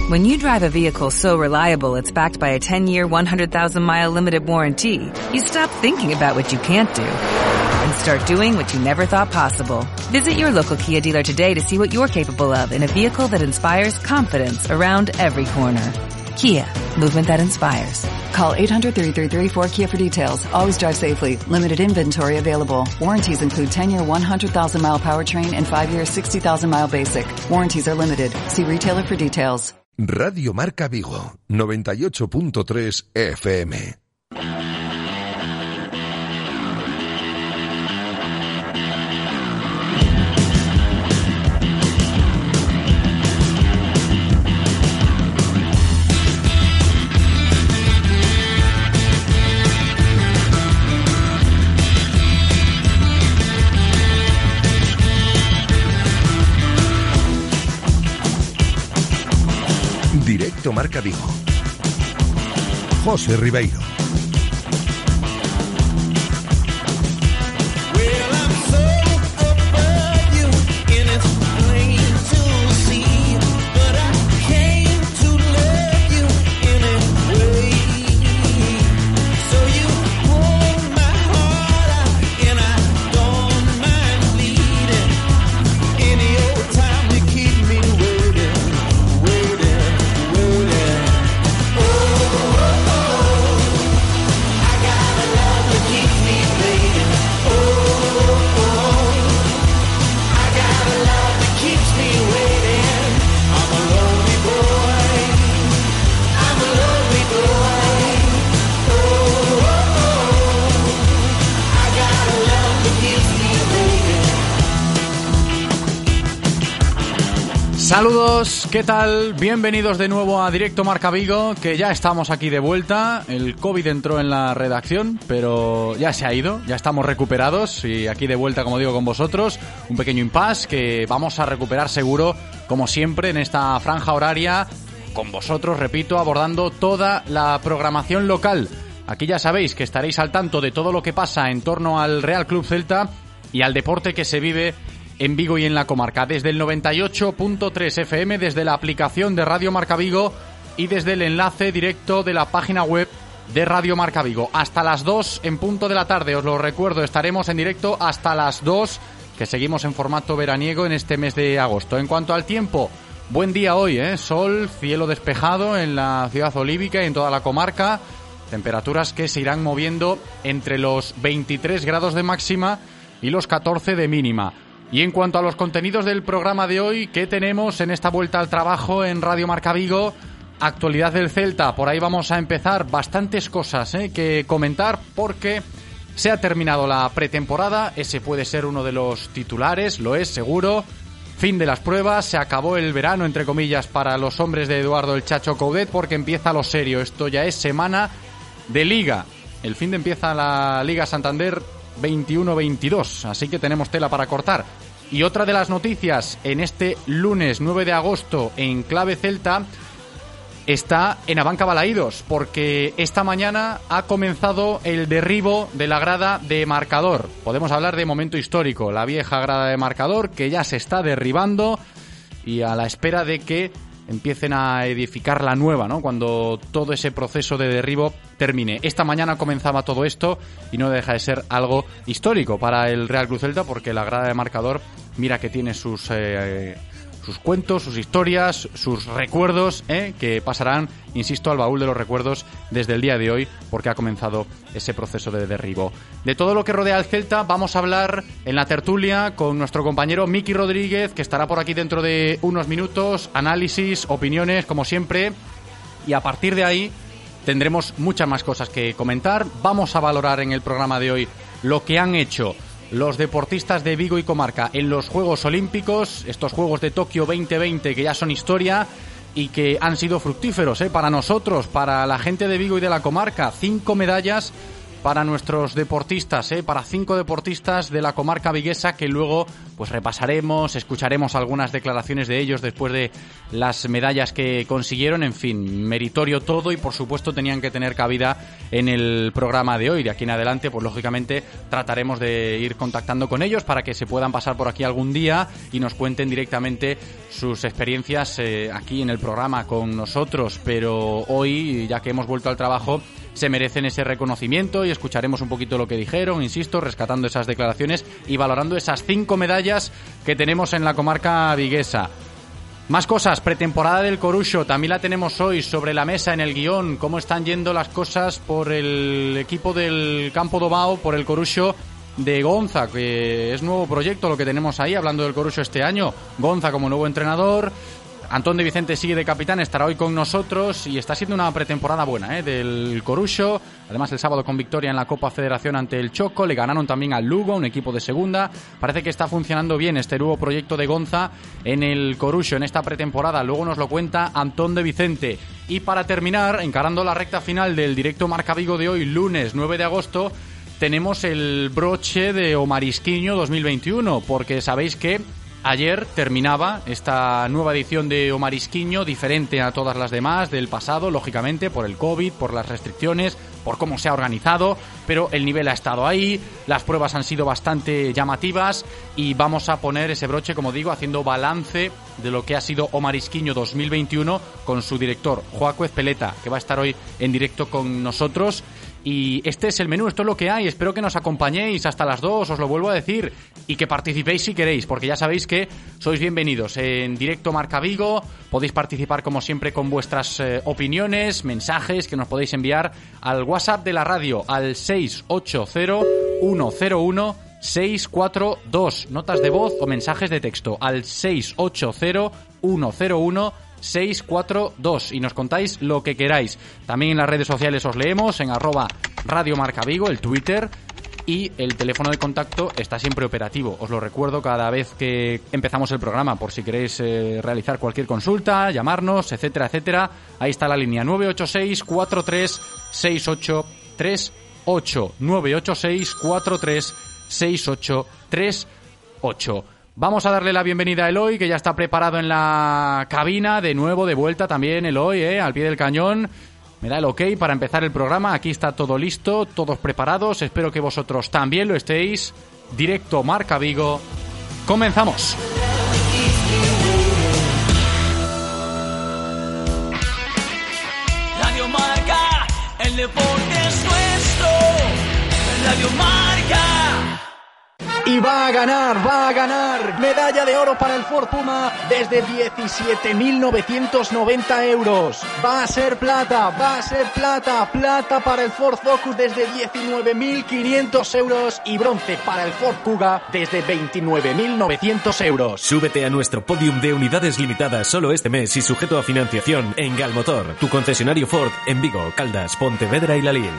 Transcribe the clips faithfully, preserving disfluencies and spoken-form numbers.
When you drive a vehicle so reliable it's backed by a ten-year, one hundred thousand mile limited warranty, you stop thinking about what you can't do and start doing what you never thought possible. Visit your local Kia dealer today to see what you're capable of in a vehicle that inspires confidence around every corner. Kia, movement that inspires. Call eight hundred, three three three, four K I A for details. Always drive safely. Limited inventory available. Warranties include ten-year, one hundred thousand mile powertrain and five-year, sixty thousand mile basic. Warranties are limited. See retailer for details. Radio Marca Vigo, noventa y ocho punto tres F M. Directo Marca Vigo. José Ribeiro. Saludos, ¿qué tal? Bienvenidos de nuevo a Directo Marca Vigo, que ya estamos aquí de vuelta. El COVID entró en la redacción, pero ya se ha ido, ya estamos recuperados y aquí de vuelta, como digo, con vosotros. Un pequeño impasse que vamos a recuperar seguro, como siempre, en esta franja horaria, con vosotros, repito, abordando toda la programación local. Aquí ya sabéis que estaréis al tanto de todo lo que pasa en torno al Real Club Celta y al deporte que se vive en Vigo y en la comarca, desde el noventa y ocho punto tres F M, desde la aplicación de Radio Marca Vigo y desde el enlace directo de la página web de Radio Marca Vigo. Hasta las dos en punto de la tarde, os lo recuerdo, estaremos en directo hasta las dos, que seguimos en formato veraniego en este mes de agosto. En cuanto al tiempo, buen día hoy, ¿eh? Sol, cielo despejado en la ciudad olívica y en toda la comarca, temperaturas que se irán moviendo entre los veintitrés grados de máxima y los catorce de mínima. Y en cuanto a los contenidos del programa de hoy, ¿qué tenemos en esta vuelta al trabajo en Radio Marca Vigo? Actualidad del Celta, por ahí vamos a empezar. Bastantes cosas ¿eh? que comentar porque se ha terminado la pretemporada. Ese puede ser uno de los titulares, lo es seguro. Fin de las pruebas, se acabó el verano, entre comillas, para los hombres de Eduardo el Chacho Coudet, porque empieza lo serio. Esto ya es semana de Liga. El fin de empieza la Liga Santander veintiuno veintidós, así que tenemos tela para cortar. Y otra de las noticias en este lunes nueve de agosto en clave Celta está en Abanca Balaídos, porque esta mañana ha comenzado el derribo de la grada de Marcador. Podemos hablar de momento histórico, la vieja grada de Marcador que ya se está derribando y a la espera de que empiecen a edificar la nueva, ¿no? Cuando todo ese proceso de derribo termine. Esta mañana comenzaba todo esto y no deja de ser algo histórico para el Real Club Celta, porque la grada de Marcador, mira que tiene sus eh, sus cuentos, sus historias, sus recuerdos, ¿eh? que pasarán, insisto, al baúl de los recuerdos desde el día de hoy, porque ha comenzado ese proceso de derribo. De todo lo que rodea al Celta vamos a hablar en la tertulia con nuestro compañero Miki Rodríguez, que estará por aquí dentro de unos minutos. Análisis, opiniones, como siempre, y a partir de ahí tendremos muchas más cosas que comentar. Vamos a valorar en el programa de hoy lo que han hecho los deportistas de Vigo y comarca en los Juegos Olímpicos, estos Juegos de Tokio veinte veinte que ya son historia y que han sido fructíferos ¿eh? para nosotros, para la gente de Vigo y de la comarca. Cinco medallas para nuestros deportistas, ¿eh? Para cinco deportistas de la comarca viguesa que luego pues repasaremos, escucharemos algunas declaraciones de ellos después de las medallas que consiguieron. En fin, meritorio todo y por supuesto tenían que tener cabida en el programa de hoy. De aquí en adelante, pues lógicamente trataremos de ir contactando con ellos para que se puedan pasar por aquí algún día y nos cuenten directamente sus experiencias eh, aquí en el programa con nosotros. Pero hoy, ya que hemos vuelto al trabajo, se merecen ese reconocimiento y escucharemos un poquito lo que dijeron, insisto, rescatando esas declaraciones y valorando esas cinco medallas que tenemos en la comarca viguesa. Más cosas, pretemporada del Coruxo, también la tenemos hoy sobre la mesa en el guión, cómo están yendo las cosas por el equipo del Campo do Bao, por el Coruxo de Gonza, que es nuevo proyecto lo que tenemos ahí, hablando del Coruxo este año. Gonza como nuevo entrenador, Antón de Vicente sigue de capitán, estará hoy con nosotros y está siendo una pretemporada buena, ¿eh? Del Coruxo. Además el sábado con victoria en la Copa Federación ante el Choco, le ganaron también al Lugo, un equipo de segunda. Parece que está funcionando bien este nuevo proyecto de Gonza en el Coruxo en esta pretemporada, luego nos lo cuenta Antón de Vicente. Y para terminar, encarando la recta final del directo Marca Vigo de hoy, lunes nueve de agosto, tenemos el broche de Omarisquiño dos mil veintiuno, porque sabéis que ayer terminaba esta nueva edición de Omarisquiño, diferente a todas las demás del pasado, lógicamente, por el COVID, por las restricciones, por cómo se ha organizado, pero el nivel ha estado ahí, las pruebas han sido bastante llamativas y vamos a poner ese broche, como digo, haciendo balance de lo que ha sido Omarisquiño dos mil veintiuno con su director, Joaco Ezpeleta, que va a estar hoy en directo con nosotros. Y este es el menú, esto es lo que hay. Espero que nos acompañéis hasta las dos, os lo vuelvo a decir, y que participéis si queréis, porque ya sabéis que sois bienvenidos en directo Marca Vigo. Podéis participar como siempre con vuestras eh, opiniones, mensajes que nos podéis enviar al WhatsApp de la radio al seis ocho cero uno cero uno seis cuatro dos, notas de voz o mensajes de texto al seis ocho cero uno cero uno seis cuatro dos y nos contáis lo que queráis. También en las redes sociales os leemos en arroba Radio Marca Vigo, el Twitter, y el teléfono de contacto está siempre operativo. Os lo recuerdo cada vez que empezamos el programa, por si queréis eh, realizar cualquier consulta, llamarnos, etcétera, etcétera. Ahí está la línea nueve ocho seis cuatro tres seis ocho tres ocho, nueve ocho seis cuatro tres seis ocho tres ocho. Vamos a darle la bienvenida a Eloy, que ya está preparado en la cabina, de nuevo, de vuelta también Eloy, ¿eh? Al pie del cañón. Me da el ok para empezar el programa, aquí está todo listo, todos preparados, espero que vosotros también lo estéis. Directo Marca Vigo, comenzamos. Radio Marca, el deporte es nuestro. Radio Marca. Y va a ganar, va a ganar. Medalla de oro para el Ford Puma desde diecisiete mil novecientos noventa euros. Va a ser plata, va a ser plata. Plata para el Ford Focus desde diecinueve mil quinientos euros. Y bronce para el Ford Kuga desde veintinueve mil novecientos euros. Súbete a nuestro podium de unidades limitadas solo este mes y sujeto a financiación en Galmotor, tu concesionario Ford en Vigo, Caldas, Pontevedra y Lalín.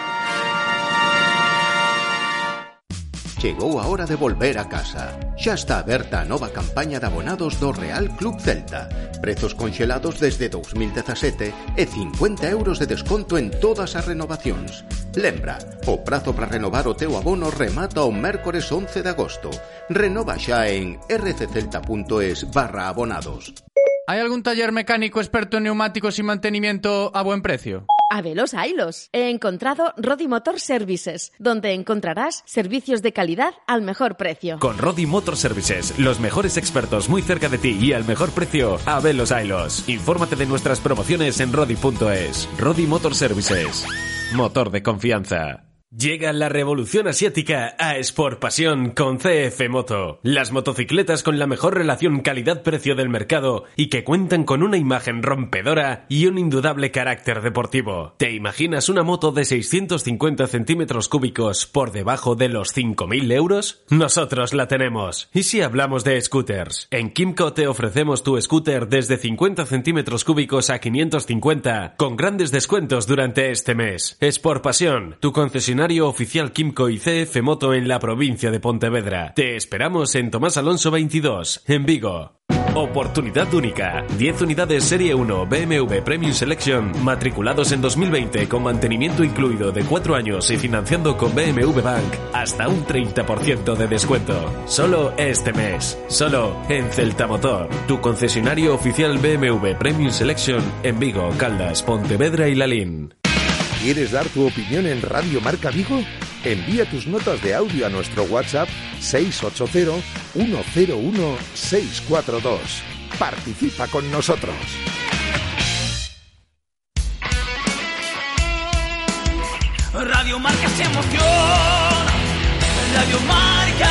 Chegou a hora de volver a casa. Xa está aberta a nova campaña de abonados do Real Club Celta. Prezos conxelados desde dous mil dezasete e cincuenta euros de desconto en todas as renovacións. Lembra, o prazo para renovar o teu abono remata o mércores once de agosto. Renova xa en rccelta.es barra abonados. ¿Hay algún taller mecánico experto en neumáticos y mantenimiento a buen precio? Habelos haylos. He encontrado Rodi Motor Services, donde encontrarás servicios de calidad al mejor precio. Con Rodi Motor Services, los mejores expertos muy cerca de ti y al mejor precio, habelos haylos. Infórmate de nuestras promociones en rodi punto es. Rodi Motor Services, motor de confianza. Llega la revolución asiática a Sport Pasión con C F Moto. Las motocicletas con la mejor relación calidad-precio del mercado y que cuentan con una imagen rompedora y un indudable carácter deportivo. ¿Te imaginas una moto de seiscientos cincuenta centímetros cúbicos por debajo de los cinco mil euros? Nosotros la tenemos. ¿Y si hablamos de scooters? En Kymco te ofrecemos tu scooter desde cincuenta centímetros cúbicos a quinientos cincuenta con grandes descuentos durante este mes. Sport Pasión, tu concesionario oficial Kymco y C F Moto en la provincia de Pontevedra. Te esperamos en Tomás Alonso veintidós, en Vigo. Oportunidad única. diez unidades Serie uno B M W Premium Selection matriculados en dos mil veinte con mantenimiento incluido de cuatro años y financiando con B M W Bank hasta un treinta por ciento de descuento. Solo este mes. Solo en Celta Motor, tu concesionario oficial B M W Premium Selection en Vigo, Caldas, Pontevedra y Lalín. ¿Quieres dar tu opinión en Radio Marca Vigo? Envía tus notas de audio a nuestro WhatsApp seis ocho cero, uno cero uno, seis cuatro dos. Participa con nosotros. Radio Marca se emociona. Radio Marca.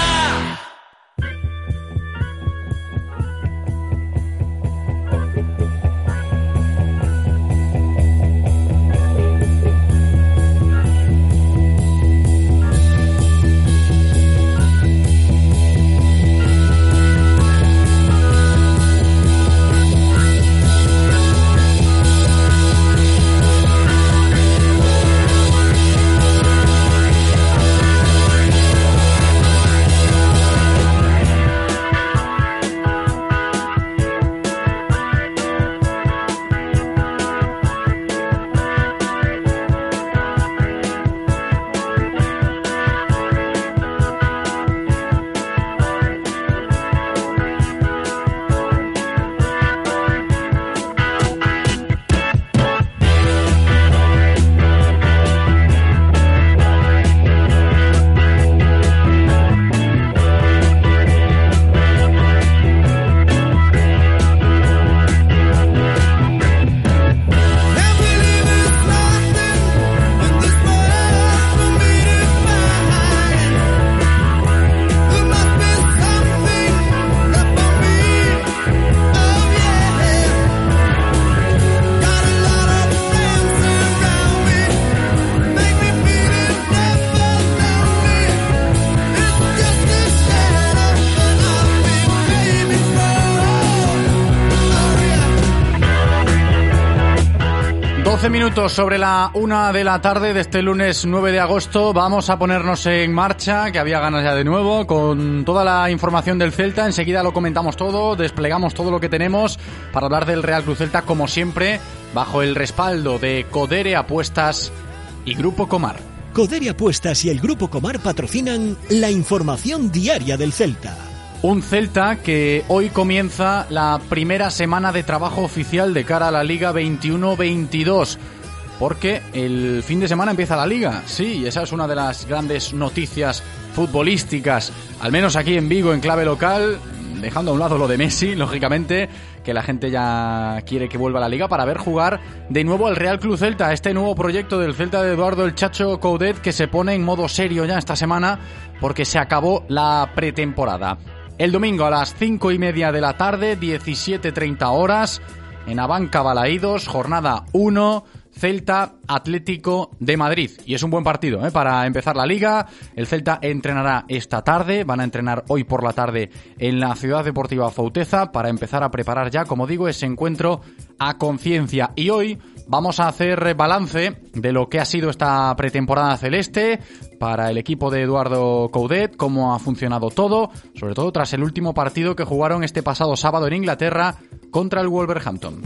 doce minutos sobre la una de la tarde de este lunes nueve de agosto. Vamos a ponernos en marcha, que había ganas ya de nuevo, con toda la información del Celta. Enseguida lo comentamos todo, desplegamos todo lo que tenemos para hablar del Real Club Celta, como siempre, bajo el respaldo de Codere Apuestas y Grupo Comar. Codere Apuestas y el Grupo Comar patrocinan la información diaria del Celta. Un Celta que hoy comienza la primera semana de trabajo oficial de cara a la Liga veintiuno veintidós, porque el fin de semana empieza la Liga. Sí, esa es una de las grandes noticias futbolísticas, al menos aquí en Vigo, en clave local, dejando a un lado lo de Messi, lógicamente, que la gente ya quiere que vuelva a la Liga para ver jugar de nuevo al Real Club Celta, este nuevo proyecto del Celta de Eduardo el Chacho Coudet, que se pone en modo serio ya esta semana porque se acabó la pretemporada. El domingo a las cinco y media de la tarde, diecisiete treinta horas, en Abanca Balaídos, jornada uno, Celta Atlético de Madrid. Y es un buen partido ¿eh? para empezar la Liga. El Celta entrenará esta tarde, van a entrenar hoy por la tarde en la Ciudad Deportiva Fauteza para empezar a preparar ya, como digo, ese encuentro a conciencia. Y hoy vamos a hacer balance de lo que ha sido esta pretemporada celeste para el equipo de Eduardo Coudet, cómo ha funcionado todo, sobre todo tras el último partido que jugaron este pasado sábado en Inglaterra contra el Wolverhampton.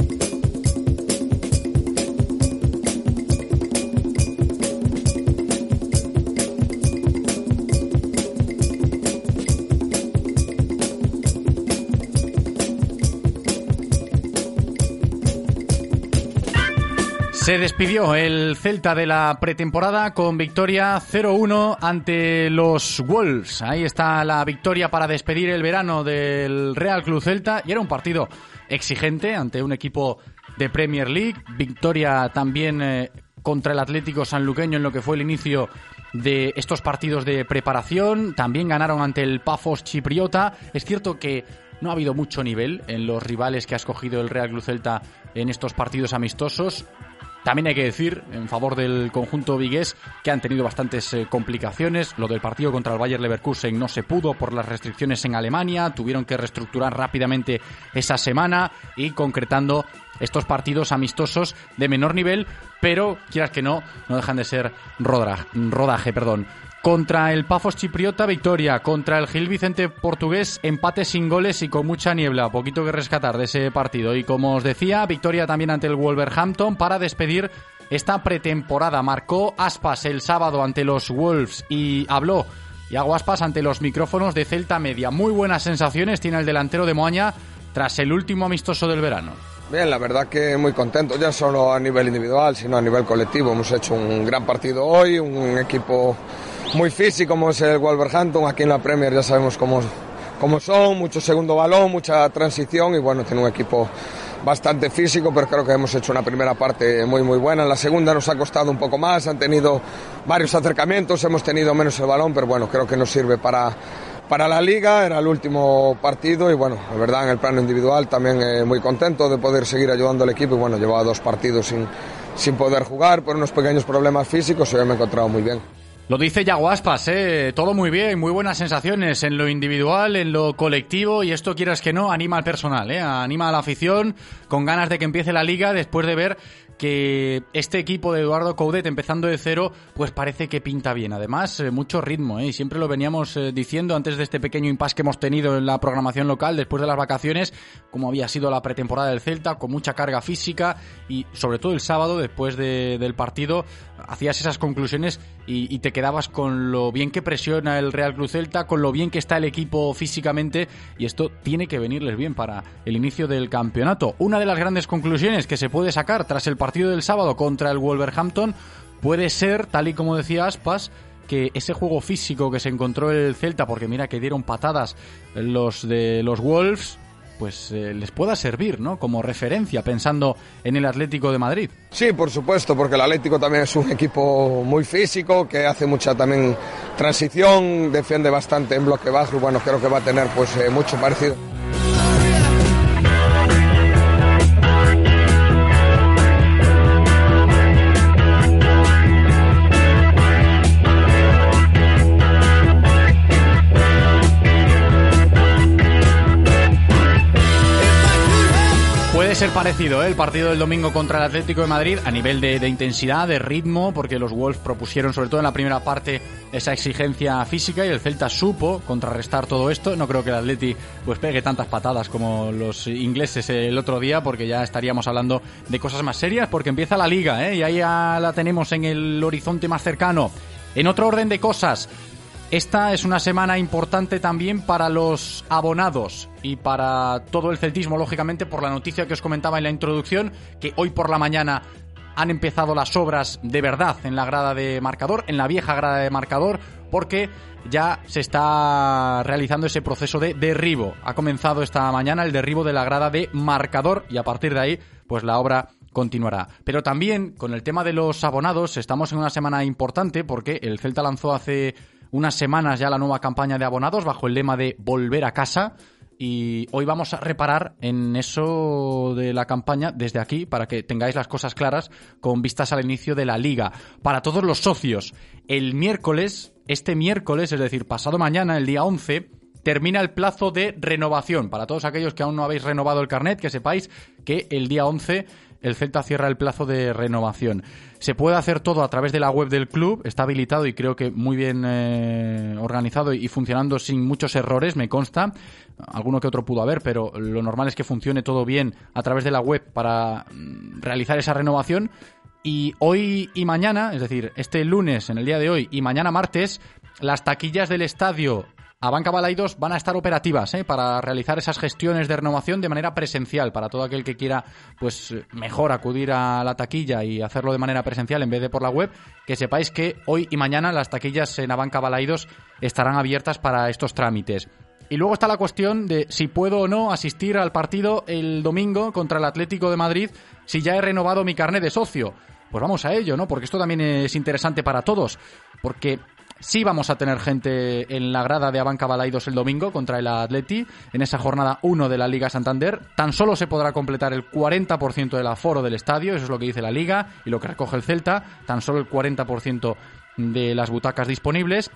Se despidió el Celta de la pretemporada con victoria cero uno ante los Wolves. Ahí está la victoria para despedir el verano del Real Club Celta. Y era un partido exigente ante un equipo de Premier League. Victoria también eh, contra el Atlético Sanluqueño en lo que fue el inicio de estos partidos de preparación. También ganaron ante el Pafos Chipriota. Es cierto que no ha habido mucho nivel en los rivales que ha escogido el Real Club Celta en estos partidos amistosos. También hay que decir, en favor del conjunto vigués, que han tenido bastantes eh, complicaciones. Lo del partido contra el Bayer Leverkusen no se pudo por las restricciones en Alemania. Tuvieron que reestructurar rápidamente esa semana y concretando estos partidos amistosos de menor nivel, pero, quieras que no, no dejan de ser rodaje. rodaje perdón. Contra el Pafos chipriota, victoria. Contra el Gil Vicente portugués, empate sin goles y con mucha niebla. Poquito que rescatar de ese partido. Y como os decía, victoria también ante el Wolverhampton para despedir esta pretemporada. Marcó Aspas el sábado ante los Wolves y habló Iago Aspas ante los micrófonos de Celta Media. Muy buenas sensaciones tiene el delantero de Moaña tras el último amistoso del verano. Bien, la verdad que muy contento, ya solo a nivel individual, sino a nivel colectivo. Hemos hecho un gran partido hoy, un equipo muy físico como es el Wolverhampton. Aquí en la Premier ya sabemos cómo, cómo son, mucho segundo balón, mucha transición y bueno, tiene un equipo bastante físico, pero creo que hemos hecho una primera parte muy muy buena. En la segunda nos ha costado un poco más, han tenido varios acercamientos, hemos tenido menos el balón, pero bueno, creo que nos sirve para, para la Liga. Era el último partido y bueno, la verdad en el plano individual también eh, muy contento de poder seguir ayudando al equipo y bueno, llevaba dos partidos sin, sin poder jugar por unos pequeños problemas físicos y hoy me he encontrado muy bien. Lo dice Iago Aspas, ¿eh? Todo muy bien, muy buenas sensaciones en lo individual, en lo colectivo y esto quieras que no, anima al personal, ¿eh? Anima a la afición con ganas de que empiece la Liga después de ver que este equipo de Eduardo Coudet empezando de cero pues parece que pinta bien. Además, eh, mucho ritmo, ¿eh? Y siempre lo veníamos eh, diciendo antes de este pequeño impasse que hemos tenido en la programación local después de las vacaciones, como había sido la pretemporada del Celta, con mucha carga física y sobre todo el sábado después de, del partido hacías esas conclusiones y, y te quedabas con lo bien que presiona el Real Club Celta, con lo bien que está el equipo físicamente y esto tiene que venirles bien para el inicio del campeonato. Una de las grandes conclusiones que se puede sacar tras el partido del sábado contra el Wolverhampton puede ser, tal y como decía Aspas, que ese juego físico que se encontró el Celta, porque mira que dieron patadas los de los Wolves, pues eh, les pueda servir, ¿no? Como referencia, pensando en el Atlético de Madrid. Sí, por supuesto, porque el Atlético también es un equipo muy físico, que hace mucha también transición, defiende bastante en bloque bajo y bueno, creo que va a tener pues eh, mucho parecido. Puede ser parecido, ¿eh? El partido del domingo contra el Atlético de Madrid a nivel de, de intensidad, de ritmo, porque los Wolves propusieron sobre todo en la primera parte esa exigencia física y el Celta supo contrarrestar todo esto. No creo que el Atleti pues pegue tantas patadas como los ingleses el otro día, porque ya estaríamos hablando de cosas más serias, porque empieza la Liga, ¿eh? Y ahí ya la tenemos en el horizonte más cercano. En otro orden de cosas, esta es una semana importante también para los abonados y para todo el celtismo, lógicamente, por la noticia que os comentaba en la introducción, que hoy por la mañana han empezado las obras de verdad en la grada de Marcador, en la vieja grada de Marcador, porque ya se está realizando ese proceso de derribo. Ha comenzado esta mañana el derribo de la grada de Marcador y a partir de ahí, pues la obra continuará. Pero también con el tema de los abonados estamos en una semana importante porque el Celta lanzó hace unas semanas ya la nueva campaña de abonados bajo el lema de volver a casa y hoy vamos a reparar en eso de la campaña desde aquí para que tengáis las cosas claras con vistas al inicio de la Liga. Para todos los socios, el miércoles, este miércoles, es decir, pasado mañana, el día once, termina el plazo de renovación. Para todos aquellos que aún no habéis renovado el carnet, que sepáis que el día once el Celta cierra el plazo de renovación. Se puede hacer todo a través de la web del club, está habilitado y creo que muy bien eh, organizado y funcionando sin muchos errores, me consta. Alguno que otro pudo haber, pero lo normal es que funcione todo bien a través de la web para realizar esa renovación. Y hoy y mañana, es decir, este lunes, en el día de hoy, y mañana martes, las taquillas del estadio Abanca Balaidos van a estar operativas ¿eh? para realizar esas gestiones de renovación de manera presencial, para todo aquel que quiera pues mejor acudir a la taquilla y hacerlo de manera presencial en vez de por la web. Que sepáis que hoy y mañana las taquillas en Abanca Balaidos estarán abiertas para estos trámites. Y luego está la cuestión de si puedo o no asistir al partido el domingo contra el Atlético de Madrid si ya he renovado mi carnet de socio. Pues vamos a ello, ¿no? Porque esto también es interesante para todos, porque sí vamos a tener gente en la grada de Abanca Balaidos el domingo contra el Atleti, en esa jornada uno de la Liga Santander. Tan solo se podrá completar el cuarenta por ciento del aforo del estadio, eso es lo que dice la Liga y lo que recoge el Celta, tan solo el cuarenta por ciento de las butacas disponibles.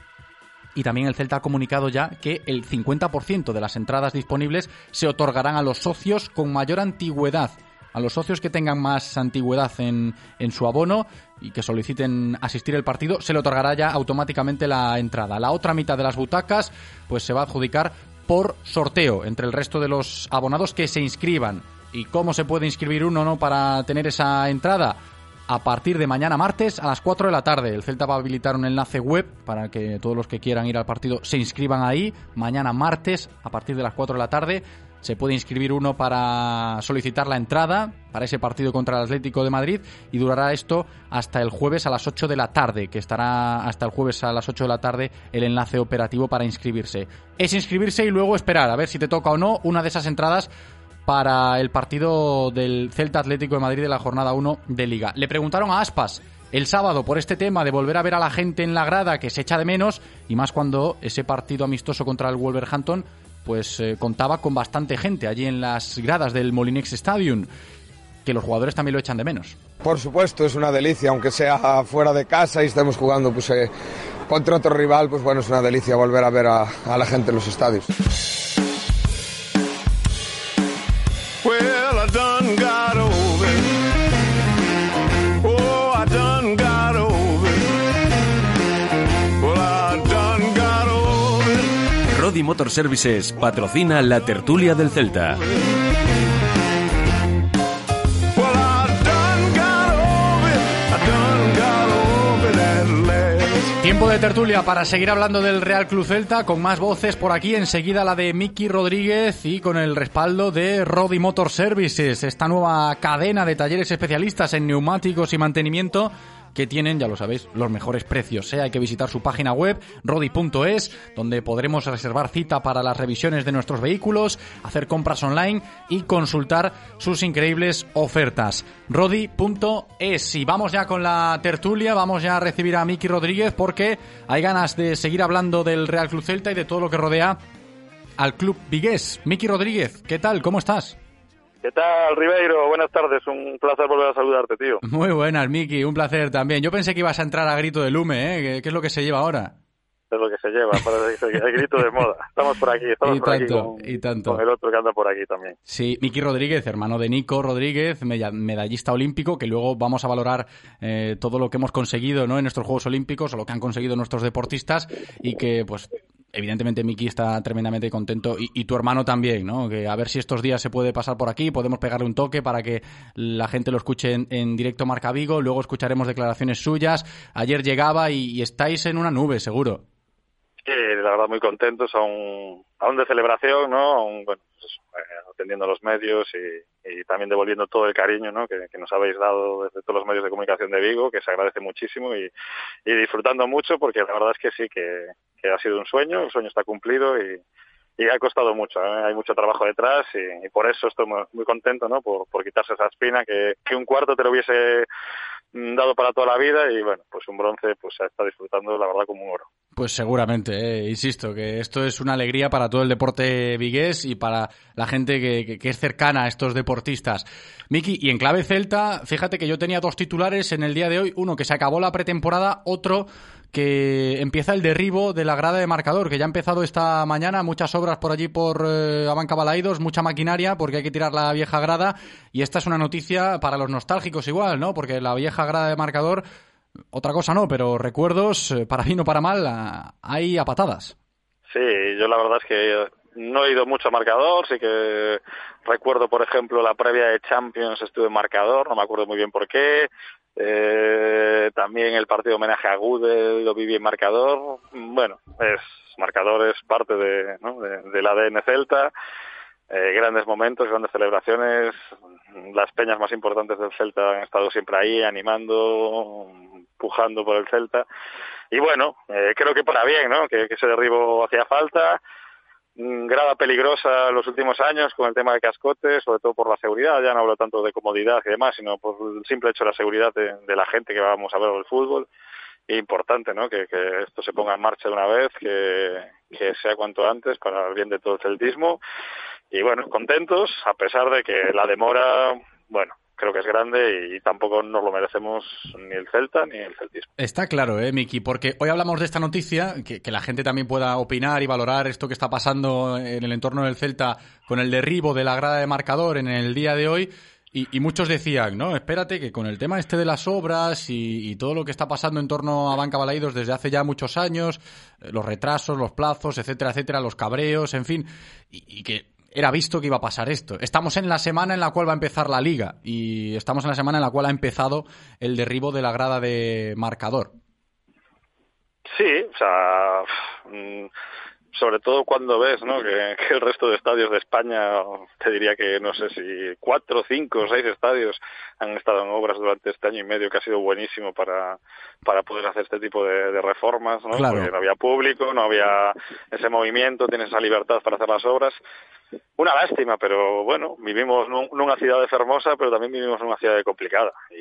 Y también el Celta ha comunicado ya que el cincuenta por ciento de las entradas disponibles se otorgarán a los socios con mayor antigüedad A los socios que tengan más antigüedad en, en su abono y que soliciten asistir al partido, se le otorgará ya automáticamente la entrada. La otra mitad de las butacas pues se va a adjudicar por sorteo entre el resto de los abonados que se inscriban. ¿Y cómo se puede inscribir uno, no, para tener esa entrada? A partir de mañana martes a las cuatro de la tarde. El Celta va a habilitar un enlace web para que todos los que quieran ir al partido se inscriban ahí. Mañana martes a partir de las cuatro de la tarde se puede inscribir uno para solicitar la entrada para ese partido contra el Atlético de Madrid, y durará esto hasta el jueves a las ocho de la tarde, que estará hasta el jueves a las ocho de la tarde el enlace operativo para inscribirse. Es inscribirse y luego esperar a ver si te toca o no una de esas entradas para el partido del Celta Atlético de Madrid de la jornada uno de Liga. Le preguntaron a Aspas el sábado por este tema de volver a ver a la gente en la grada, que se echa de menos, y más cuando ese partido amistoso contra el Wolverhampton pues eh, contaba con bastante gente allí en las gradas del Molinex Stadium, que los jugadores también lo echan de menos. Por supuesto, es una delicia, aunque sea fuera de casa y estemos jugando pues eh, contra otro rival, pues bueno, es una delicia volver a ver a, a la gente en los estadios. Well, I done got over it. Oh, I done got over it. Well, I done got over it. Rodi Motor Services patrocina la tertulia del Celta. Tiempo de tertulia para seguir hablando del Real Club Celta, con más voces por aquí. Enseguida la de Miki Rodríguez y con el respaldo de Rodi Motor Services, esta nueva cadena de talleres especialistas en neumáticos y mantenimiento que tienen, ya lo sabéis, los mejores precios, ¿eh? Hay que visitar su página web, rodi punto es, donde podremos reservar cita para las revisiones de nuestros vehículos, hacer compras online y consultar sus increíbles ofertas. rodi punto es. Y vamos ya con la tertulia, vamos ya a recibir a Miki Rodríguez, porque hay ganas de seguir hablando del Real Club Celta y de todo lo que rodea al club vigués. Miki Rodríguez, ¿qué tal? ¿Cómo estás? ¿Qué tal, Ribeiro? Buenas tardes, un placer volver a saludarte, tío. Muy buenas, Miki, un placer también. Yo pensé que ibas a entrar a grito de lume, ¿eh? ¿Qué es lo que se lleva ahora? Es lo que se lleva, parece que el grito de moda. Estamos por aquí, estamos y por tanto, aquí con, y tanto. con el otro que anda por aquí también. Sí, Miki Rodríguez, hermano de Nico Rodríguez, medallista olímpico, que luego vamos a valorar eh, todo lo que hemos conseguido, ¿no?, en estos Juegos Olímpicos, o lo que han conseguido nuestros deportistas, y que, pues, evidentemente Miki está tremendamente contento, y, y tu hermano también, ¿no? Que a ver si estos días se puede pasar por aquí, podemos pegarle un toque para que la gente lo escuche en, en directo Marca Vigo, luego escucharemos declaraciones suyas. Ayer llegaba y, y estáis en una nube, seguro. Sí, la verdad muy contentos, aún, aún de celebración, ¿no? Aún, bueno, pues, eh, atendiendo a los medios y, y también devolviendo todo el cariño, ¿no?, que, que nos habéis dado desde todos los medios de comunicación de Vigo, que se agradece muchísimo, y, y disfrutando mucho, porque la verdad es que sí, que, que ha sido un sueño, el sueño está cumplido y, y ha costado mucho, ¿eh? Hay mucho trabajo detrás y, y por eso estoy muy, muy contento, ¿no?, por, por quitarse esa espina, que, que un cuarto te lo hubiese dado para toda la vida, y bueno, pues un bronce pues se está disfrutando la verdad como un oro. Pues seguramente, eh, insisto, que esto es una alegría para todo el deporte vigués y para la gente que, que, que es cercana a estos deportistas. Miki, y en clave Celta, fíjate que yo tenía dos titulares en el día de hoy, uno que se acabó la pretemporada, otro que empieza el derribo de la grada de marcador, que ya ha empezado esta mañana, muchas obras por allí por eh, Abancabalaidos, mucha maquinaria, porque hay que tirar la vieja grada, y esta es una noticia para los nostálgicos igual, ¿no?, porque la vieja grada de marcador, otra cosa no, pero recuerdos, para bien o para mal, hay a patadas. Sí, yo la verdad es que no he ido mucho a marcador, sí que recuerdo, por ejemplo, la previa de Champions estuve en marcador, no me acuerdo muy bien por qué. Eh, también el partido homenaje a Gude lo viví en marcador. Bueno, es marcador es parte de, ¿no?, de, del A D N Celta. Eh, grandes momentos, grandes celebraciones. Las peñas más importantes del Celta han estado siempre ahí, animando, pujando por el Celta. Y bueno, eh, creo que para bien, ¿no?, que, que ese derribo hacía falta. Grada peligrosa en los últimos años con el tema de cascotes, sobre todo por la seguridad. Ya no hablo tanto de comodidad y demás, sino por el simple hecho de la seguridad de, de la gente que vamos a ver el fútbol. E importante, ¿no?, que, que esto se ponga en marcha de una vez, que, que sea cuanto antes para el bien de todo el celtismo. Y bueno, contentos, a pesar de que la demora, bueno, creo que es grande y tampoco nos lo merecemos ni el Celta ni el celtismo. Está claro, eh, Miki, porque hoy hablamos de esta noticia, que, que la gente también pueda opinar y valorar esto que está pasando en el entorno del Celta con el derribo de la grada de marcador en el día de hoy. Y, y muchos decían, no, espérate que con el tema este de las obras y, y todo lo que está pasando en torno a Banca Balaídos desde hace ya muchos años, eh, los retrasos, los plazos, etcétera, etcétera, los cabreos, en fin, y, y que era visto que iba a pasar esto. Estamos en la semana en la cual va a empezar la Liga y estamos en la semana en la cual ha empezado el derribo de la grada de marcador. Sí, o sea... Mmm... sobre todo cuando ves, ¿no?, que, que el resto de estadios de España, te diría que no sé si cuatro, cinco o seis estadios han estado en obras durante este año y medio, que ha sido buenísimo para para poder hacer este tipo de, de reformas, ¿no? Claro. Porque no había público, no había ese movimiento, tienes esa libertad para hacer las obras. Una lástima, pero bueno, vivimos en una ciudad hermosa, pero también vivimos en una ciudad complicada y,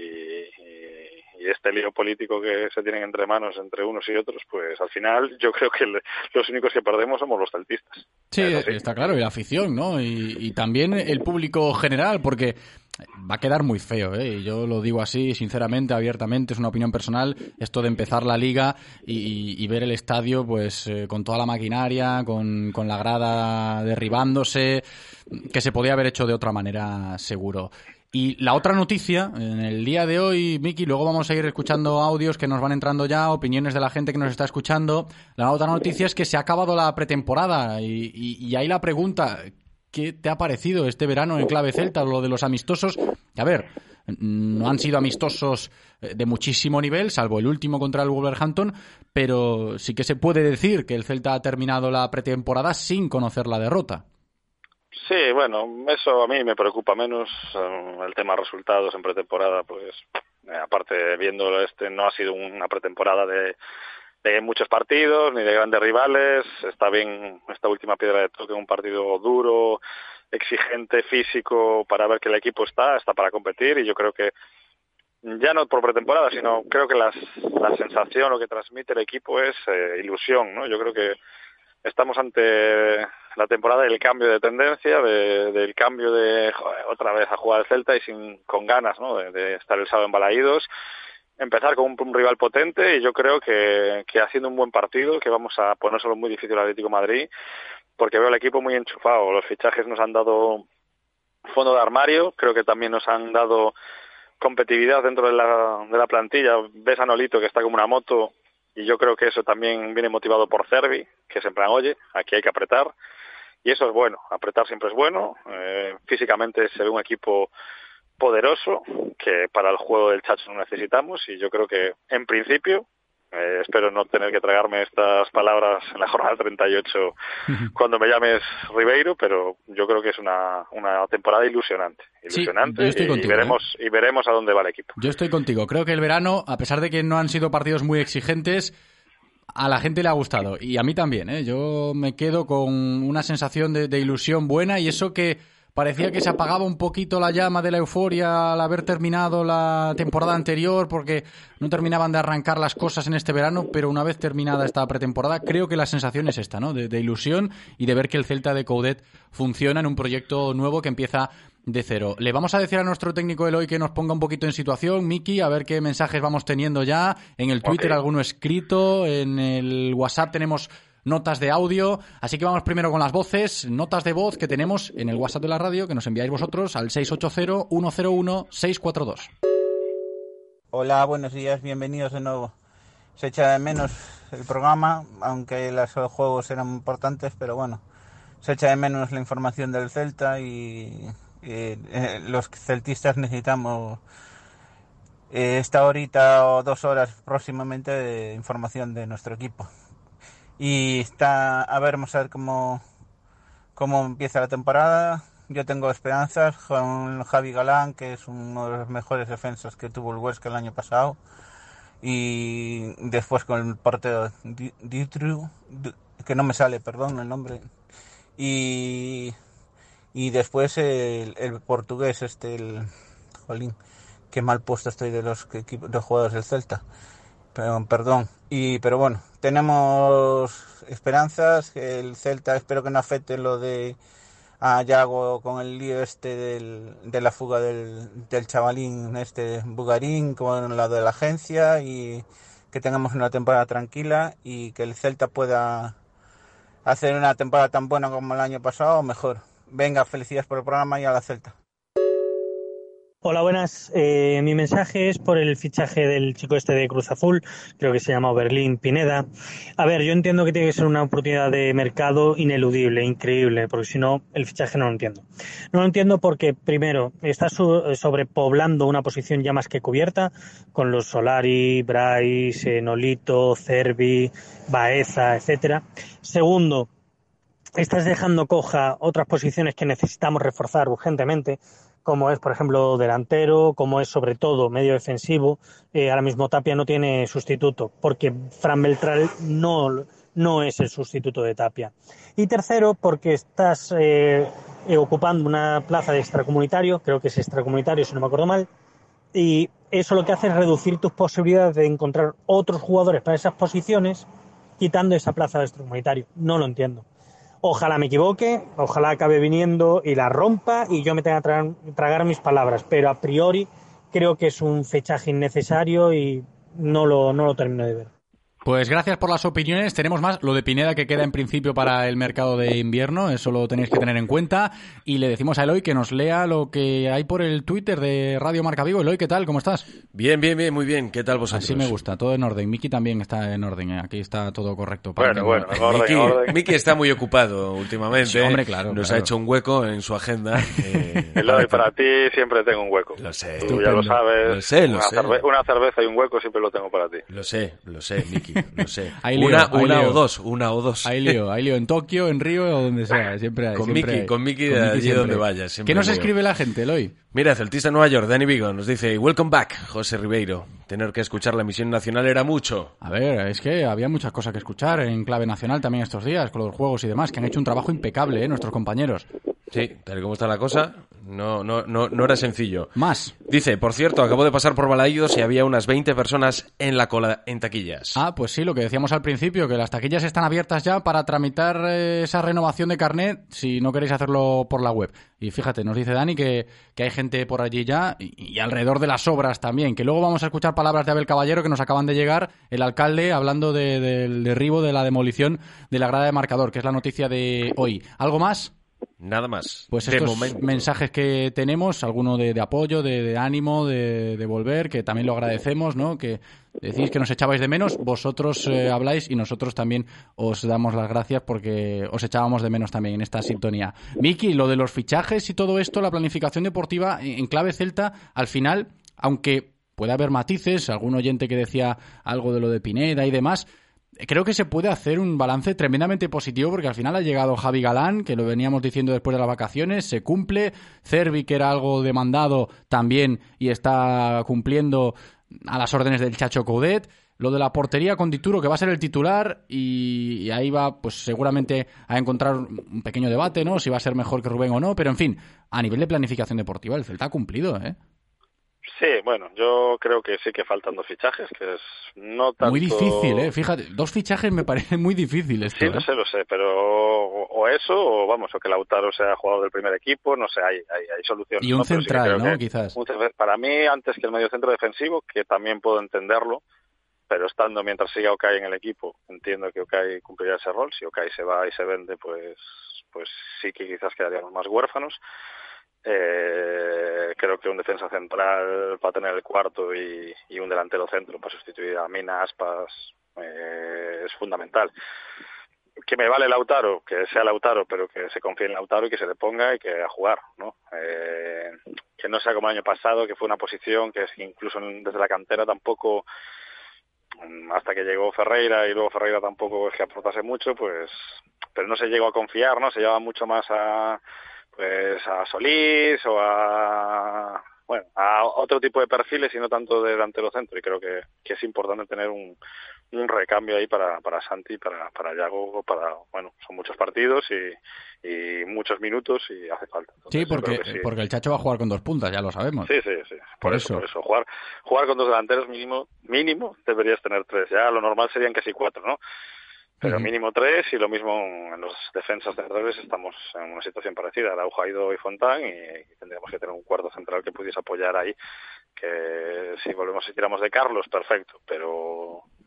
y y este lío político que se tienen entre manos entre unos y otros, pues al final yo creo que el, los únicos que perdemos somos los celtistas. Sí, está claro, y la afición, ¿no? Y, y también el público general, porque va a quedar muy feo, ¿eh? Y yo lo digo así, sinceramente, abiertamente, es una opinión personal, esto de empezar la Liga y, y ver el estadio pues eh, con toda la maquinaria, con, con la grada derribándose, que se podía haber hecho de otra manera, seguro. Y la otra noticia, en el día de hoy, Miki, luego vamos a ir escuchando audios que nos van entrando ya, opiniones de la gente que nos está escuchando. La otra noticia es que se ha acabado la pretemporada y, y, y ahí la pregunta, ¿qué te ha parecido este verano en clave celta, lo de los amistosos? A ver, no han sido amistosos de muchísimo nivel, salvo el último contra el Wolverhampton, pero sí que se puede decir que el Celta ha terminado la pretemporada sin conocer la derrota. Sí, bueno, eso a mí me preocupa menos, um, el tema resultados en pretemporada, pues eh, aparte viendo este no ha sido una pretemporada de, de muchos partidos ni de grandes rivales, está bien esta última piedra de toque, un partido duro, exigente, físico, para ver que el equipo está, está para competir y yo creo que ya no por pretemporada, sino creo que las, la sensación, lo que transmite el equipo es eh, ilusión, ¿no? Yo creo que estamos ante la temporada del cambio de tendencia, de, del cambio de joder, otra vez a jugar al Celta y sin con ganas, ¿no?, de, de estar el sábado en Balaídos, empezar con un, un rival potente y yo creo que, que haciendo un buen partido, que vamos a ponérselo muy difícil al Atlético de Madrid, porque veo al equipo muy enchufado. Los fichajes nos han dado fondo de armario, creo que también nos han dado competitividad dentro de la, de la plantilla. Ves a Nolito que está como una moto y yo creo que eso también viene motivado por Cervi, que es en plan, oye, aquí hay que apretar. Y eso es bueno, apretar siempre es bueno. Eh, físicamente se ve un equipo poderoso, que para el juego del Chacho no necesitamos, y yo creo que, en principio, eh, espero no tener que tragarme estas palabras en la jornada treinta y ocho cuando me llames Ribeiro, pero yo creo que es una, una temporada ilusionante. Ilusionante, sí, y, contigo, y, veremos, ¿eh? y veremos a dónde va el equipo. Yo estoy contigo. Creo que el verano, a pesar de que no han sido partidos muy exigentes, a la gente le ha gustado, y a mí también, ¿eh? Yo me quedo con una sensación de, de ilusión buena, y eso que parecía que se apagaba un poquito la llama de la euforia al haber terminado la temporada anterior, porque no terminaban de arrancar las cosas en este verano, pero una vez terminada esta pretemporada, creo que la sensación es esta, ¿no?, de, de ilusión y de ver que el Celta de Coudet funciona en un proyecto nuevo que empieza de cero. Le vamos a decir a nuestro técnico Eloy que nos ponga un poquito en situación, Miki, a ver qué mensajes vamos teniendo ya. En el Twitter okay. Alguno escrito, en el WhatsApp tenemos notas de audio, así que vamos primero con las voces, notas de voz que tenemos en el WhatsApp de la radio, que nos enviáis vosotros al seis ocho cero, uno cero uno, seis cuatro dos. Hola, buenos días, bienvenidos de nuevo. Se echa de menos el programa, aunque los juegos eran importantes, pero bueno, se echa de menos la información del Celta y Eh, eh, los celtistas necesitamos eh, esta horita o dos horas próximamente de información de nuestro equipo, y está a ver, vamos a ver cómo cómo empieza la temporada. Yo tengo esperanzas con Javi Galán, que es uno de los mejores defensas que tuvo el Huesca el año pasado, y después con el portero Ditru, que no me sale, perdón el nombre, y Y después el, el portugués, este, el jolín, qué mal puesto estoy de los equipos, de jugadores del Celta, pero, perdón. Y pero bueno, tenemos esperanzas. El Celta, espero que no afecte lo de a Yago con el lío este del, de la fuga del, del chavalín, este Bugarín, con la de la agencia, y que tengamos una temporada tranquila y que el Celta pueda hacer una temporada tan buena como el año pasado o mejor. Venga, felicidades por el programa y a la Celta. Hola, buenas. Eh, mi mensaje es por el fichaje del chico este de Cruz Azul, creo que se llama Oberlin Pineda. A ver, yo entiendo que tiene que ser una oportunidad de mercado ineludible, increíble, porque si no, el fichaje no lo entiendo. No lo entiendo porque, primero, está su- sobrepoblando una posición ya más que cubierta, con los Solari, Bryce, eh, Nolito, Cervi, Baeza, etcétera. Segundo, estás dejando coja otras posiciones que necesitamos reforzar urgentemente, como es, por ejemplo, delantero, como es, sobre todo, medio defensivo. Eh, ahora mismo Tapia no tiene sustituto, porque Fran Beltrán no, no es el sustituto de Tapia. Y tercero, porque estás eh, eh, ocupando una plaza de extracomunitario, creo que es extracomunitario, si no me acuerdo mal, y eso lo que hace es reducir tus posibilidades de encontrar otros jugadores para esas posiciones, quitando esa plaza de extracomunitario. No lo entiendo. Ojalá me equivoque, ojalá acabe viniendo y la rompa y yo me tenga que tragar, tragar mis palabras, pero a priori creo que es un fichaje innecesario y no lo, no lo termino de ver. Pues gracias por las opiniones. Tenemos más. Lo de Pineda que queda en principio para el mercado de invierno, eso lo tenéis que tener en cuenta. Y le decimos a Eloy que nos lea lo que hay por el Twitter de Radio Marca Vigo. Eloy, ¿qué tal? ¿Cómo estás? Bien, bien, bien, muy bien. ¿Qué tal vosotros? Así me gusta, todo en orden. Miki también está en orden, ¿eh? Aquí está todo correcto. Para Bueno, bueno, en orden, Miki, orden. Miki está muy ocupado últimamente. Sí, hombre, claro. Nos claro. ha hecho un hueco en su agenda. Eh, Eloy, para ti siempre tengo un hueco. Lo sé. Tú ya lo sabes. Lo sé, lo una, sé. cerve- una cerveza y un hueco siempre lo tengo para ti. Lo sé, lo sé, Miki, lo sé. Hay lío, una hay una lío. o dos, una o dos. Hay lío, hay lío en Tokio, en Río o donde sea. Siempre hay. Con siempre Miki, hay. con Miki Con de Miki allí siempre. donde vaya. ¿Qué nos lío. escribe la gente, Eloy? Mira, Celtista Nueva York, Dani Vigo, nos dice: Welcome back, José Ribeiro. Tener que escuchar la emisión nacional era mucho. A ver, es que había muchas cosas que escuchar en clave nacional también estos días, con los juegos y demás, que han hecho un trabajo impecable, ¿eh? Nuestros compañeros. Sí, tal y como está la cosa, no, no, no, no era sencillo. Más. Dice, por cierto, acabo de pasar por Balaídos y había unas veinte personas en la cola en taquillas. Ah, pues sí, lo que decíamos al principio, que las taquillas están abiertas ya para tramitar eh, esa renovación de carnet si no queréis hacerlo por la web. Y fíjate, nos dice Dani que, que hay gente por allí ya y, y alrededor de las obras también, que luego vamos a escuchar palabras de Abel Caballero que nos acaban de llegar, el alcalde hablando de, del derribo, de la demolición de la grada de marcador, que es la noticia de hoy. ¿Algo más? Nada más. Pues de estos momento. mensajes que tenemos, alguno de, de apoyo, de, de ánimo, de, de volver, que también lo agradecemos, ¿no? Que decís que nos echabais de menos, vosotros eh, habláis y nosotros también os damos las gracias porque os echábamos de menos también en esta sintonía. Miki, lo de los fichajes y todo esto, la planificación deportiva en clave celta, al final, aunque puede haber matices, algún oyente que decía algo de lo de Pineda y demás, creo que se puede hacer un balance tremendamente positivo porque al final ha llegado Javi Galán, que lo veníamos diciendo después de las vacaciones, se cumple, Cervi, que era algo demandado también y está cumpliendo a las órdenes del Chacho Coudet, lo de la portería con Dituro, que va a ser el titular y, y ahí va pues seguramente a encontrar un pequeño debate, ¿no? Si va a ser mejor que Rubén o no, pero en fin, a nivel de planificación deportiva el Celta ha cumplido, ¿eh? Sí, bueno, yo creo que sí que faltan dos fichajes, que es no tanto... Muy difícil, ¿eh? Fíjate, dos fichajes me parece muy difícil esto, Sí, ¿eh? lo sé, lo sé, pero o, o eso, o vamos, o que Lautaro sea jugador del primer equipo, no sé, hay, hay, hay soluciones. Y un ¿no? Pero sí que central, creo ¿no? que Quizás. un central- para mí, antes que el mediocentro defensivo, que también puedo entenderlo, pero estando mientras siga Okay en el equipo, entiendo que Okay cumplirá ese rol. Si Okay se va y se vende, pues, pues sí que quizás quedaríamos más huérfanos. Eh, creo que un defensa central para tener el cuarto y, y un delantero centro para sustituir a Mina, Aspas, eh, es fundamental. Que me vale Lautaro, que sea Lautaro, pero que se confíe en Lautaro y que se le ponga y que a jugar, ¿no? Eh, que no sea como el año pasado, que fue una posición que incluso desde la cantera tampoco, hasta que llegó Ferreira y luego Ferreira tampoco es que aportase mucho, pues, pero no se llegó a confiar, ¿no? Se llevaba mucho más a pues a Solís o a bueno a otro tipo de perfiles y no tanto de delantero centro, y creo que, que es importante tener un, un recambio ahí para para Santi, para para Yago, para bueno, son muchos partidos y, y muchos minutos y hace falta. Entonces, sí, porque, sí. porque el Chacho va a jugar con dos puntas, ya lo sabemos. Sí, sí, sí. Por, Por eso, eso. por eso. Jugar, jugar con dos delanteros mínimo, mínimo deberías tener tres. Ya lo normal serían casi cuatro, ¿no? Pero Uh-huh. mínimo tres, y lo mismo en los defensas centrales estamos en una situación parecida. Araujo ha ido y Fontán, y, y tendríamos que tener un cuarto central que pudiese apoyar ahí. Que si volvemos y tiramos de Carlos, perfecto, pero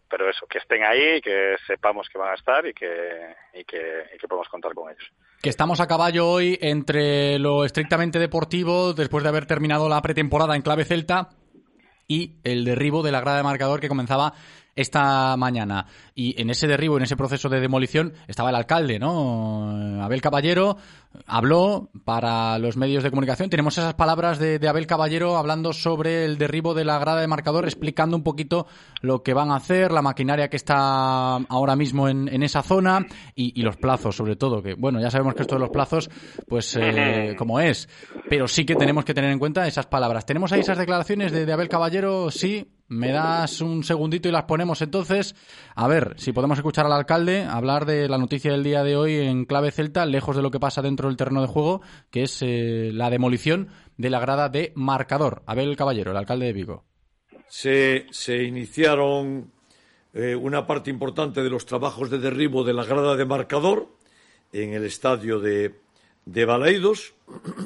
pero eso, que estén ahí, que sepamos que van a estar y que, y que, y que podemos contar con ellos. Que estamos a caballo hoy entre lo estrictamente deportivo, después de haber terminado la pretemporada en clave celta, y el derribo de la grada de marcador que comenzaba esta mañana. Y en ese derribo, en ese proceso de demolición, estaba el alcalde, ¿no? Abel Caballero habló para los medios de comunicación. Tenemos esas palabras de, de Abel Caballero hablando sobre el derribo de la grada de marcador, explicando un poquito lo que van a hacer, la maquinaria que está ahora mismo en, en esa zona y, y los plazos, sobre todo, que bueno, ya sabemos que esto de los plazos, pues eh, como es, pero sí que tenemos que tener en cuenta esas palabras. ¿Tenemos ahí esas declaraciones de, de Abel Caballero? Sí. ¿Me das un segundito y las ponemos entonces? A ver, si podemos escuchar al alcalde hablar de la noticia del día de hoy en clave celta, lejos de lo que pasa dentro del terreno de juego, que es eh, la demolición de la grada de marcador. Abel Caballero, el alcalde de Vigo. Se, se iniciaron eh, una parte importante de los trabajos de derribo de la grada de marcador en el estadio de, de Balaidos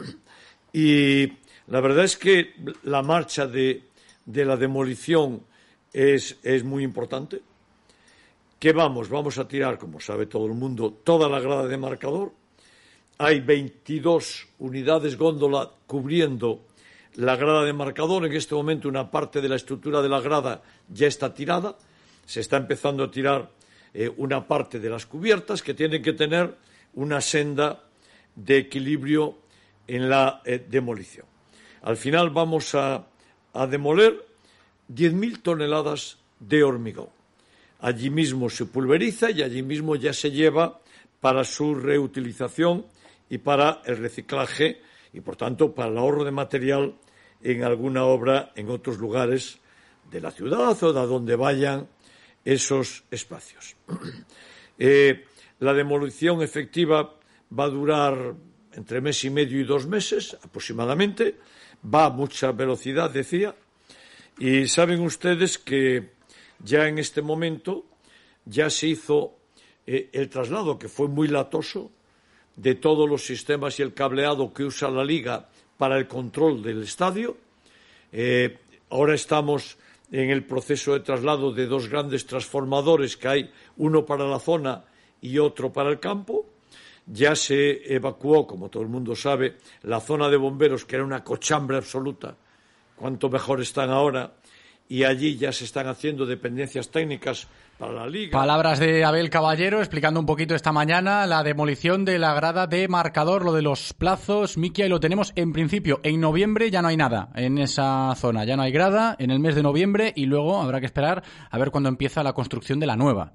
y la verdad es que la marcha de de la demolición es, es muy importante. ¿Qué vamos? Vamos a tirar, como sabe todo el mundo, toda la grada de marcador. Hay veintidós unidades góndola cubriendo la grada de marcador. En este momento una parte de la estructura de la grada ya está tirada. Se está empezando a tirar eh, una parte de las cubiertas que tienen que tener una senda de equilibrio en la eh, demolición. Al final vamos a a demoler diez mil toneladas de hormigón. Allí mismo se pulveriza y allí mismo ya se lleva para su reutilización y para el reciclaje y, por tanto, para el ahorro de material en alguna obra en otros lugares de la ciudad o de donde vayan esos espacios. Eh, la demolición efectiva va a durar entre mes y medio y dos meses aproximadamente. Va a mucha velocidad, decía, y saben ustedes que ya en este momento ya se hizo eh, el traslado, que fue muy latoso, de todos los sistemas y el cableado que usa la Liga para el control del estadio. Eh, ahora estamos en el proceso de traslado de dos grandes transformadores que hay, uno para la zona y otro para el campo. Ya se evacuó, como todo el mundo sabe, la zona de bomberos, que era una cochambre absoluta. Cuánto mejor están ahora. Y allí ya se están haciendo dependencias técnicas para la Liga. Palabras de Abel Caballero explicando un poquito esta mañana la demolición de la grada de marcador, lo de los plazos. Miki, ahí lo tenemos. En principio, en noviembre ya no hay nada en esa zona. Ya no hay grada en el mes de noviembre y luego habrá que esperar a ver cuándo empieza la construcción de la nueva.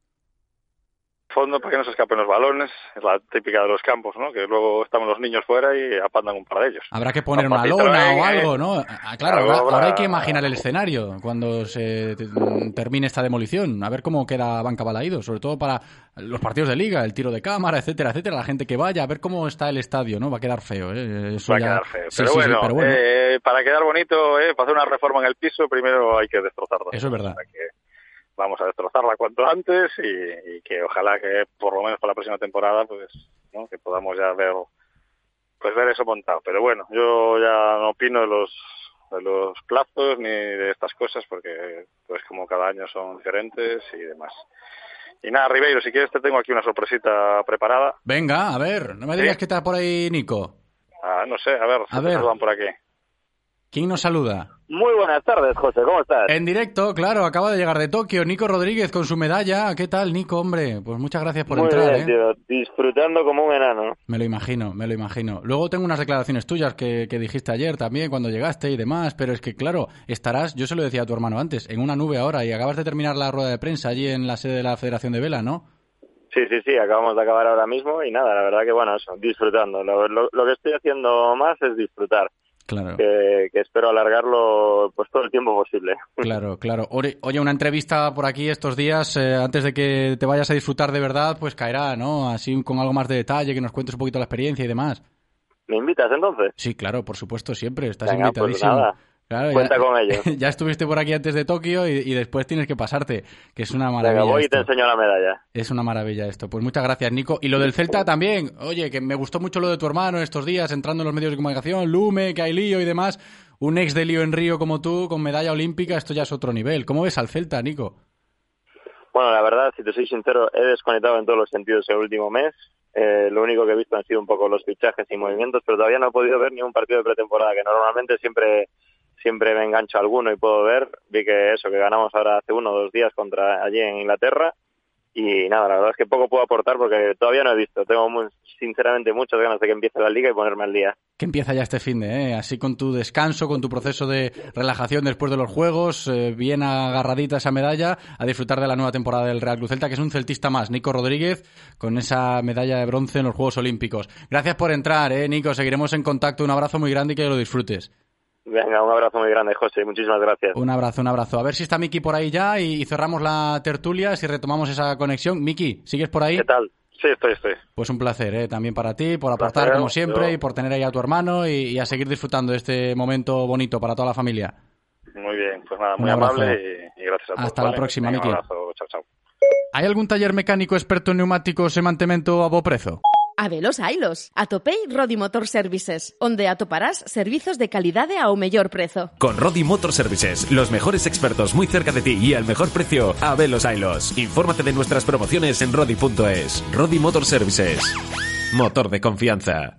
Fondo para que no se escapen los balones, es la típica de los campos, ¿no? Que luego estamos los niños fuera y apandan un par de ellos. Habrá que poner una lona o algo, ¿no? Ah, claro, ahora, ahora hay que imaginar el escenario cuando se termine esta demolición, a ver cómo queda Banca Balaidos, sobre todo para los partidos de Liga, el tiro de cámara, etcétera, etcétera, la gente que vaya, a ver cómo está el estadio, ¿no? Va a quedar feo, ¿eh? Eso Va ya... a quedar feo, sí, pero, sí, bueno, sí, pero bueno, eh, para quedar bonito, eh, para hacer una reforma en el piso, primero hay que destrozarlo. Eso es verdad. O sea que vamos a destrozarla cuanto antes y, y que ojalá que por lo menos para la próxima temporada pues no que podamos ya ver pues ver eso montado. Pero bueno, yo ya no opino de los de los plazos ni de estas cosas porque pues como cada año son diferentes y demás. Y nada, Ribeiro, si quieres te tengo aquí una sorpresita preparada. Venga, a ver, no me digas ¿Sí? que está por ahí Nico. Ah, no sé, a ver, a si ver. te saludan por aquí. ¿Quién nos saluda? Muy buenas tardes, José, ¿cómo estás? En directo, claro, acaba de llegar de Tokio, Nico Rodríguez con su medalla. ¿Qué tal, Nico, hombre? Pues muchas gracias por Muy entrar, bien, ¿eh? tío, disfrutando como un enano. Me lo imagino, me lo imagino. Luego tengo unas declaraciones tuyas que, que dijiste ayer también cuando llegaste y demás, pero es que, claro, estarás, yo se lo decía a tu hermano antes, en una nube ahora y acabas de terminar la rueda de prensa allí en la sede de la Federación de Vela, ¿no? Sí, sí, sí, acabamos de acabar ahora mismo y nada, la verdad que bueno, eso, disfrutando. Lo, lo, lo que estoy haciendo más es disfrutar. Claro. Que, que espero alargarlo pues todo el tiempo posible. Claro, claro. Oye, una entrevista por aquí estos días, eh, antes de que te vayas a disfrutar de verdad, pues caerá, ¿no? Así con algo más de detalle, que nos cuentes un poquito la experiencia y demás. ¿Me invitas entonces? Sí, claro, por supuesto, siempre. Estás Venga, invitadísimo. Pues nada. Claro, cuenta ya, con ello. Ya estuviste por aquí antes de Tokio y, y después tienes que pasarte, que es una maravilla. Venga, voy esto. y te enseño la medalla. Es una maravilla esto. Pues muchas gracias, Nico. Y lo del Celta también. Oye, que me gustó mucho lo de tu hermano estos días, entrando en los medios de comunicación, Lume, que hay lío y demás. Un ex de lío en Río como tú, con medalla olímpica, esto ya es otro nivel. ¿Cómo ves al Celta, Nico? Bueno, la verdad, si te soy sincero, he desconectado en todos los sentidos el último mes. Eh, lo único que he visto han sido un poco los fichajes y movimientos, pero todavía no he podido ver ni un partido de pretemporada, que normalmente siempre siempre me engancho a alguno y puedo ver. Vi que eso, que ganamos ahora hace uno o dos días contra allí en Inglaterra. Y nada, la verdad es que poco puedo aportar porque todavía no he visto. Tengo muy, sinceramente muchas ganas de que empiece la liga y ponerme al día. Que empieza ya este finde, ¿eh? Así con tu descanso, con tu proceso de relajación después de los Juegos, eh, bien agarradita esa medalla, a disfrutar de la nueva temporada del Real Club Celta, que es un celtista más, Nico Rodríguez, con esa medalla de bronce en los Juegos Olímpicos. Gracias por entrar, ¿eh, Nico? Seguiremos en contacto. Un abrazo muy grande y que lo disfrutes. Venga, un abrazo muy grande, José. Muchísimas gracias. Un abrazo, un abrazo. A ver si está Miki por ahí ya y cerramos la tertulia, si retomamos esa conexión. Miki, ¿sigues por ahí? ¿Qué tal? Sí, estoy, estoy. Pues un placer, ¿eh? También para ti, por aportar placer, como siempre yo... y por tener ahí a tu hermano y, y a seguir disfrutando de este momento bonito para toda la familia. Muy bien, pues nada, muy amable y, y gracias a todos. Hasta la ¿vale? próxima, Venga, Miki. Un abrazo, chao, chao. Hay algún taller mecánico experto en neumáticos e mantemento a bo prezo? Habelos hailos. Atopei Rodi Motor Services, onde atoparás servizos de calidade ao mellor prezo. Con Rodi Motor Services, los mejores expertos muy cerca de ti y al mejor precio, habelos hailos. Infórmate de nuestras promociones en rodi punto es. Rodi Motor Services, motor de confianza.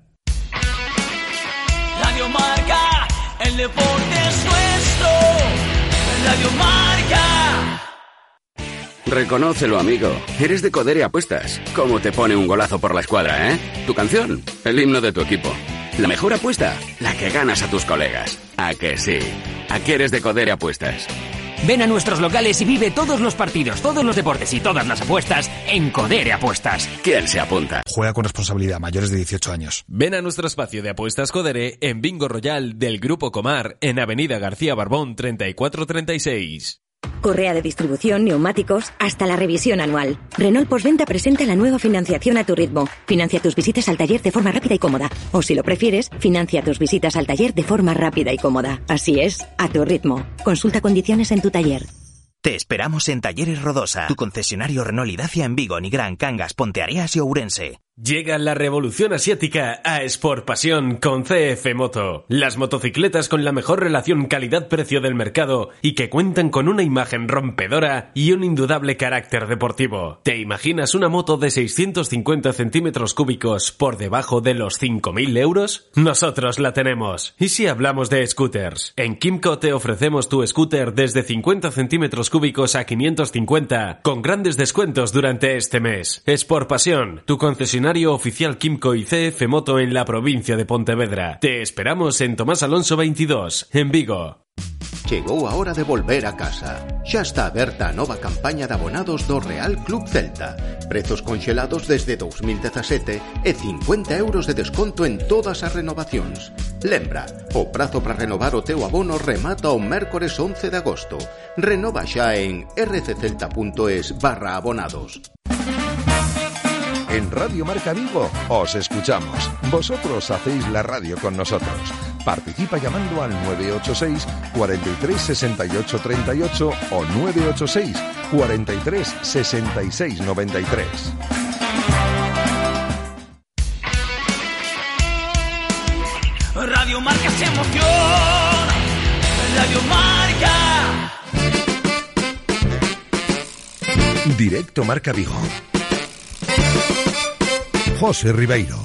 Radio Marca, el deporte es nuestro. Radio Marca. Reconócelo, amigo. Eres de Codere Apuestas. ¿Cómo te pone un golazo por la escuadra, eh? Tu canción, el himno de tu equipo. La mejor apuesta, la que ganas a tus colegas. ¿A que sí? Aquí eres de Codere Apuestas. Ven a nuestros locales y vive todos los partidos, todos los deportes y todas las apuestas en Codere Apuestas. ¿Quién se apunta? Juega con responsabilidad, mayores de dieciocho años. Ven a nuestro espacio de apuestas Codere en Bingo Royal del Grupo Comar en Avenida García Barbón treinta y cuatro treinta y seis. Correa de distribución, neumáticos, hasta la revisión anual. Renault Postventa presenta la nueva financiación a tu ritmo. Financia tus visitas al taller de forma rápida y cómoda. O si lo prefieres, financia tus visitas al taller de forma rápida y cómoda. Así es, a tu ritmo. Consulta condiciones en tu taller. Te esperamos en Talleres Rodosa, tu concesionario Renault y Dacia en Vigo, Nigrán, Cangas, Ponteareas y Ourense. Llega la revolución asiática a Sport Pasión con C F Moto. Las motocicletas con la mejor relación calidad-precio del mercado y que cuentan con una imagen rompedora y un indudable carácter deportivo. ¿Te imaginas una moto de seiscientos cincuenta centímetros cúbicos por debajo de los cinco mil euros? Nosotros la tenemos. ¿Y si hablamos de scooters? En Kymco te ofrecemos tu scooter desde cincuenta centímetros cúbicos a quinientos cincuenta con grandes descuentos durante este mes. Sport Pasión, tu concesionario oficial Kymco y C F Moto en la provincia de Pontevedra. Te esperamos en Tomás Alonso veintidós, en Vigo. Chegou a hora de volver a casa. Xa está aberta a nova campaña de abonados do Real Club Celta. Prezos conxelados desde dous mil dezasete e cincuenta euros de desconto en todas as renovacións. Lembra, o prazo para renovar o teu abono remata o mércores once de agosto. Renova xa en rccelta.es barra abonados. En Radio Marca Vigo os escuchamos. Vosotros hacéis la radio con nosotros. Participa llamando al nueve ocho seis, cuatro tres, seis ocho tres ocho o nueve ocho seis, cuatro tres, seis seis nueve tres. Radio Marca se emociona. Radio Marca. Directo Marca Vigo. José Ribeiro.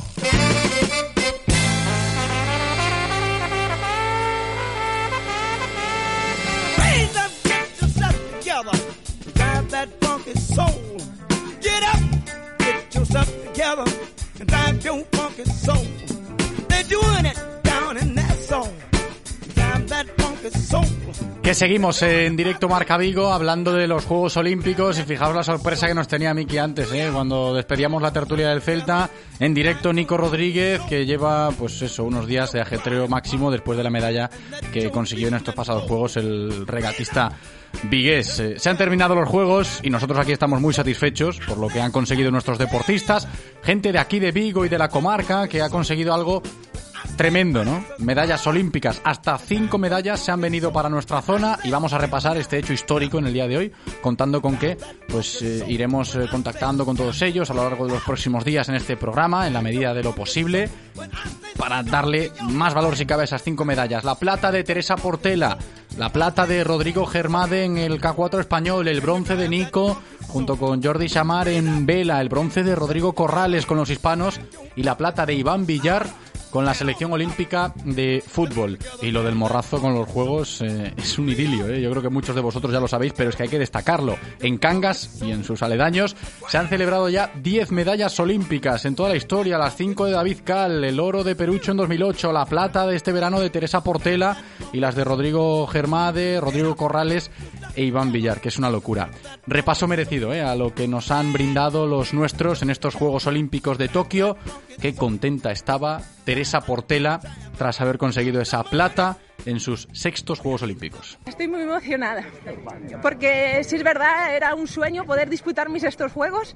Que seguimos en Directo Marca Vigo hablando de los Juegos Olímpicos y fijaos la sorpresa que nos tenía Miki antes, ¿eh? Cuando despedíamos la tertulia del Celta, en directo Nico Rodríguez, que lleva pues eso, unos días de ajetreo máximo después de la medalla que consiguió en estos pasados Juegos el regatista vigués. Eh, se han terminado los Juegos y nosotros aquí estamos muy satisfechos por lo que han conseguido nuestros deportistas, gente de aquí de Vigo y de la comarca que ha conseguido algo tremendo, ¿no? Medallas olímpicas, hasta cinco medallas se han venido para nuestra zona y vamos a repasar este hecho histórico en el día de hoy, contando con que pues eh, iremos eh, contactando con todos ellos a lo largo de los próximos días en este programa, en la medida de lo posible, para darle más valor si cabe a esas cinco medallas. La plata de Teresa Portela, La plata de Rodrigo Germade en el K cuatro español, el bronce de Nico junto con Jordi Chamar en vela, el bronce de Rodrigo Corrales con los hispanos y la plata de Iván Villar con la selección olímpica de fútbol. Y lo del morrazo con los juegos eh, es un idilio, ¿eh? Yo creo que muchos de vosotros ya lo sabéis, pero es que hay que destacarlo. En Cangas y en sus aledaños se han celebrado ya diez medallas olímpicas en toda la historia. Las cinco de David Cal, el oro de Perucho en dos mil ocho, la plata de este verano de Teresa Portela y las de Rodrigo Germade, Rodrigo Corrales e Iván Villar, que es una locura. Repaso merecido ¿eh? a lo que nos han brindado los nuestros en estos Juegos Olímpicos de Tokio. Qué contenta estaba Teresa Portela tras haber conseguido esa plata en sus sextos Juegos Olímpicos. Estoy muy emocionada, porque si es verdad, era un sueño poder disputar mis sextos Juegos.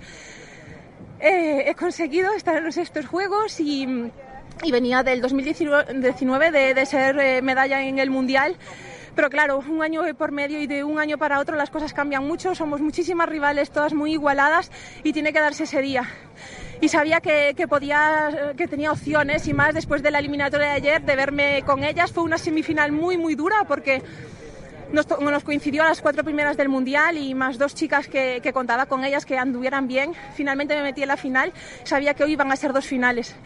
Eh, he conseguido estar en los sextos Juegos y, y venía del dos mil diecinueve de, de ser eh, medalla en el Mundial. Pero claro, un año por medio y de un año para otro las cosas cambian mucho, somos muchísimas rivales, todas muy igualadas y tiene que darse ese día. Y sabía que, que podía, que tenía opciones y más después de la eliminatoria de ayer de verme con ellas. Fue una semifinal muy muy dura porque nos, nos coincidió a las cuatro primeras del Mundial y más dos chicas que, que contaba con ellas que anduvieran bien. Finalmente me metí en la final, sabía que hoy iban a ser dos finales.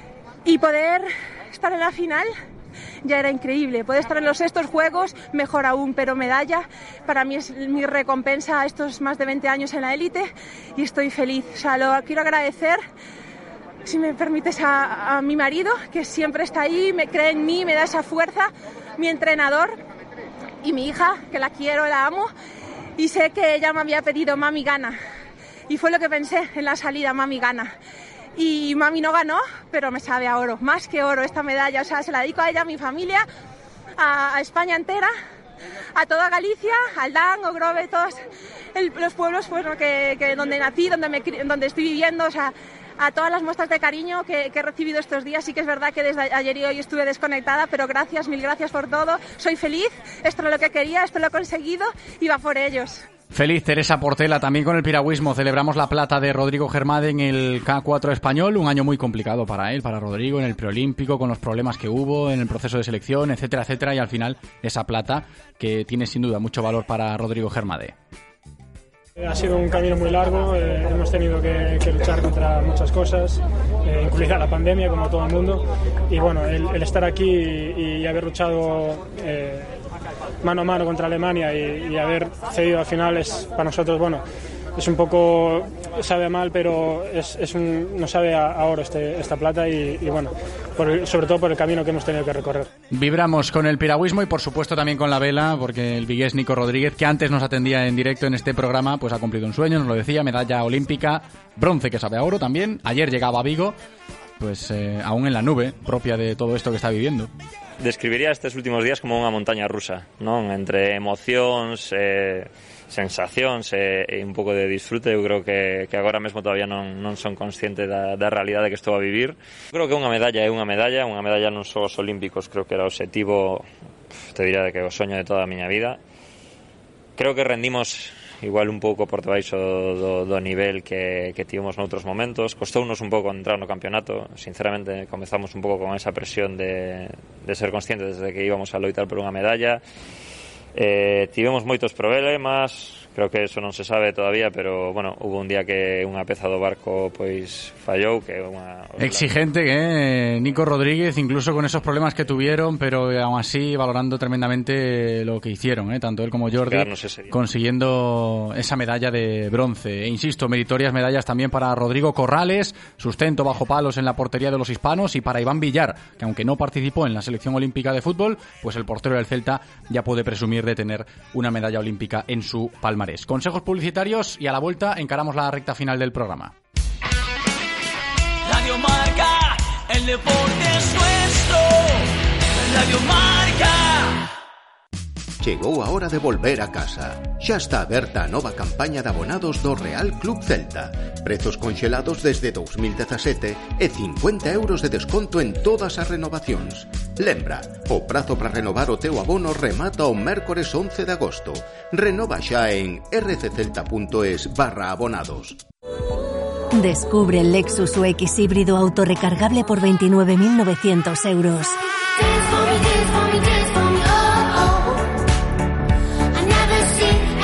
Y poder estar en la final ya era increíble. Poder estar en los sextos Juegos, mejor aún, pero medalla para mí es mi recompensa a estos más de veinte años en la élite y estoy feliz. O sea, lo quiero agradecer, si me permites, a, a mi marido, que siempre está ahí, me cree en mí, me da esa fuerza, mi entrenador y mi hija, que la quiero, la amo, y sé que ella me había pedido mami gana y fue lo que pensé en la salida, mami gana. Y mami no ganó, pero me sabe a oro, más que oro esta medalla. O sea, se la dedico a ella, a mi familia, a, a España entera, a toda Galicia, al Dan, Ogrove, todos el, los pueblos pues, que, que donde nací, donde, me, donde estoy viviendo, o sea, a todas las muestras de cariño que, que he recibido estos días. Sí que es verdad que desde ayer y hoy estuve desconectada, pero gracias, mil gracias por todo. Soy feliz, esto es lo que quería, esto lo he conseguido y va por ellos. Feliz Teresa Portela, también con el piragüismo. Celebramos la plata de Rodrigo Germade en el K cuatro español, un año muy complicado para él, para Rodrigo, en el preolímpico, con los problemas que hubo en el proceso de selección, etcétera, etcétera, y al final esa plata que tiene sin duda mucho valor para Rodrigo Germade. Ha sido un camino muy largo, eh, hemos tenido que, que luchar contra muchas cosas, eh, incluida la pandemia, como todo el mundo, y bueno, el, el estar aquí y, y haber luchado eh, mano a mano contra Alemania y, y haber cedido al final es para nosotros, bueno, es un poco, sabe a mal, pero es, es un, nos sabe a, a oro este, esta plata y, y bueno, por, sobre todo por el camino que hemos tenido que recorrer. Vibramos con el piragüismo y por supuesto también con la vela, porque el vigués Nico Rodríguez, que antes nos atendía en directo en este programa, pues ha cumplido un sueño, nos lo decía, medalla olímpica, bronce que sabe a oro también. Ayer llegaba a Vigo, pues eh, aún en la nube propia de todo esto que está viviendo. Describiría estos últimos días como unha montaña rusa, non? Entre emocións, eh, sensacións e, e un pouco de disfrute. Eu creo que, que agora mesmo todavía non, non son consciente da, da realidade que estou a vivir. Creo que unha medalla é unha medalla, unha medalla nos Xogos Olímpicos creo que era o obxectivo, te diría que o soño de toda a miña vida. Creo que rendimos igual un pouco por debaixo do, do nivel que, que tivemos noutros momentos. Costounos un pouco entrar no campeonato. Sinceramente, comezamos un pouco con esa presión de, de ser conscientes de que íbamos a loitar por unha medalla. Eh, tivemos moitos problemas, creo que eso non se sabe todavía, pero, bueno, hubo un día que unha peza do barco, pois, fallou, que unha... Exigente, ¿eh? Nico Rodríguez, incluso con esos problemas que tuvieron, pero aún así valorando tremendamente lo que hicieron, ¿eh? Tanto él como Jordi, consiguiendo esa medalla de bronce. E insisto, meritorias medallas también para Rodrigo Corrales, sustento bajo palos en la portería de los hispanos, y para Iván Villar, que aunque no participó en la selección olímpica de fútbol, pues el portero del Celta ya puede presumir de tener una medalla olímpica en su palmarés. Consejos publicitarios y a la vuelta encaramos la recta final del programa. Radio Marca, el deporte es nuestro. Radio Marca. Chegou a hora de volver a casa. Xa está aberta a nova campaña de abonados do Real Club Celta. Prezos conxelados desde dos mil dezasete e cincuenta euros de desconto en todas as renovacións. Lembra, o prazo para renovar o teu abono remata o mércores once de agosto. Renova xa en rccelta.es barra abonados. Descubre el Lexus U X híbrido autorrecargable por veintinueve mil novecientos euros.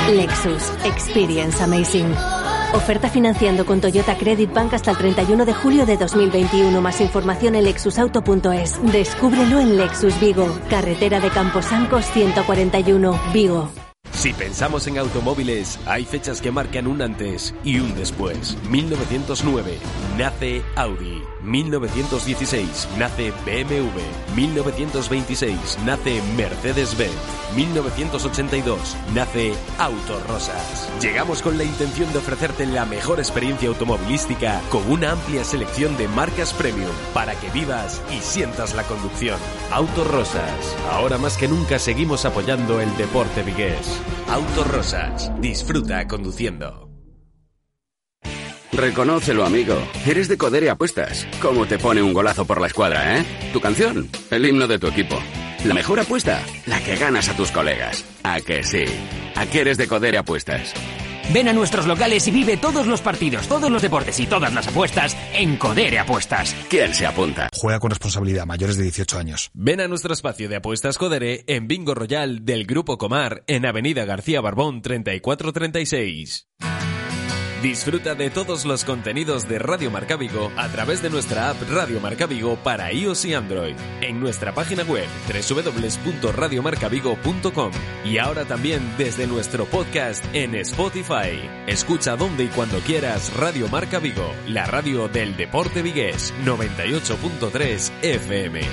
Lexus. Experience Amazing. Oferta financiando con Toyota Credit Bank hasta el treinta y uno de julio de dos mil veintiuno. Más información en lexusauto punto es. Descúbrelo en Lexus Vigo. Carretera de Camposancos ciento cuarenta y uno, Vigo. Si pensamos en automóviles, hay fechas que marcan un antes y un después. mil novecientos nueve nace Audi. mil novecientos dieciséis nace B M W. mil novecientos veintiséis nace Mercedes-Benz. mil novecientos ochenta y dos nace Autorosas. Llegamos con la intención de ofrecerte la mejor experiencia automovilística con una amplia selección de marcas premium para que vivas y sientas la conducción. Autorosas. Ahora más que nunca seguimos apoyando el deporte vigués. Autorosas. Disfruta conduciendo. Reconócelo, amigo. Eres de Codere Apuestas. ¿Cómo te pone un golazo por la escuadra, eh? Tu canción, el himno de tu equipo. La mejor apuesta, la que ganas a tus colegas. ¿A que sí? ¿A qué eres de Codere Apuestas? Ven a nuestros locales y vive todos los partidos, todos los deportes y todas las apuestas en Codere Apuestas. ¿Quién se apunta? Juega con responsabilidad, mayores de dieciocho años. Ven a nuestro espacio de apuestas Codere en Bingo Royal del Grupo Comar en Avenida García Barbón treinta y cuatro treinta y seis. Disfruta de todos los contenidos de Radio Marca Vigo a través de nuestra app Radio Marca Vigo para iOS y Android, en nuestra página web doble u doble u doble u punto radio marca vigo punto com y ahora también desde nuestro podcast en Spotify. Escucha donde y cuando quieras Radio Marca Vigo, la radio del deporte vigués, noventa y ocho punto tres F M.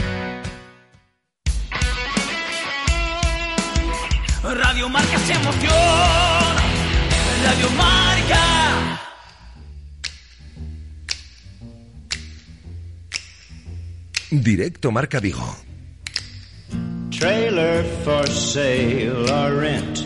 Radio Marca se emociona. Radio Marca. Directo Marca Vigo. Trailer for sale or rent.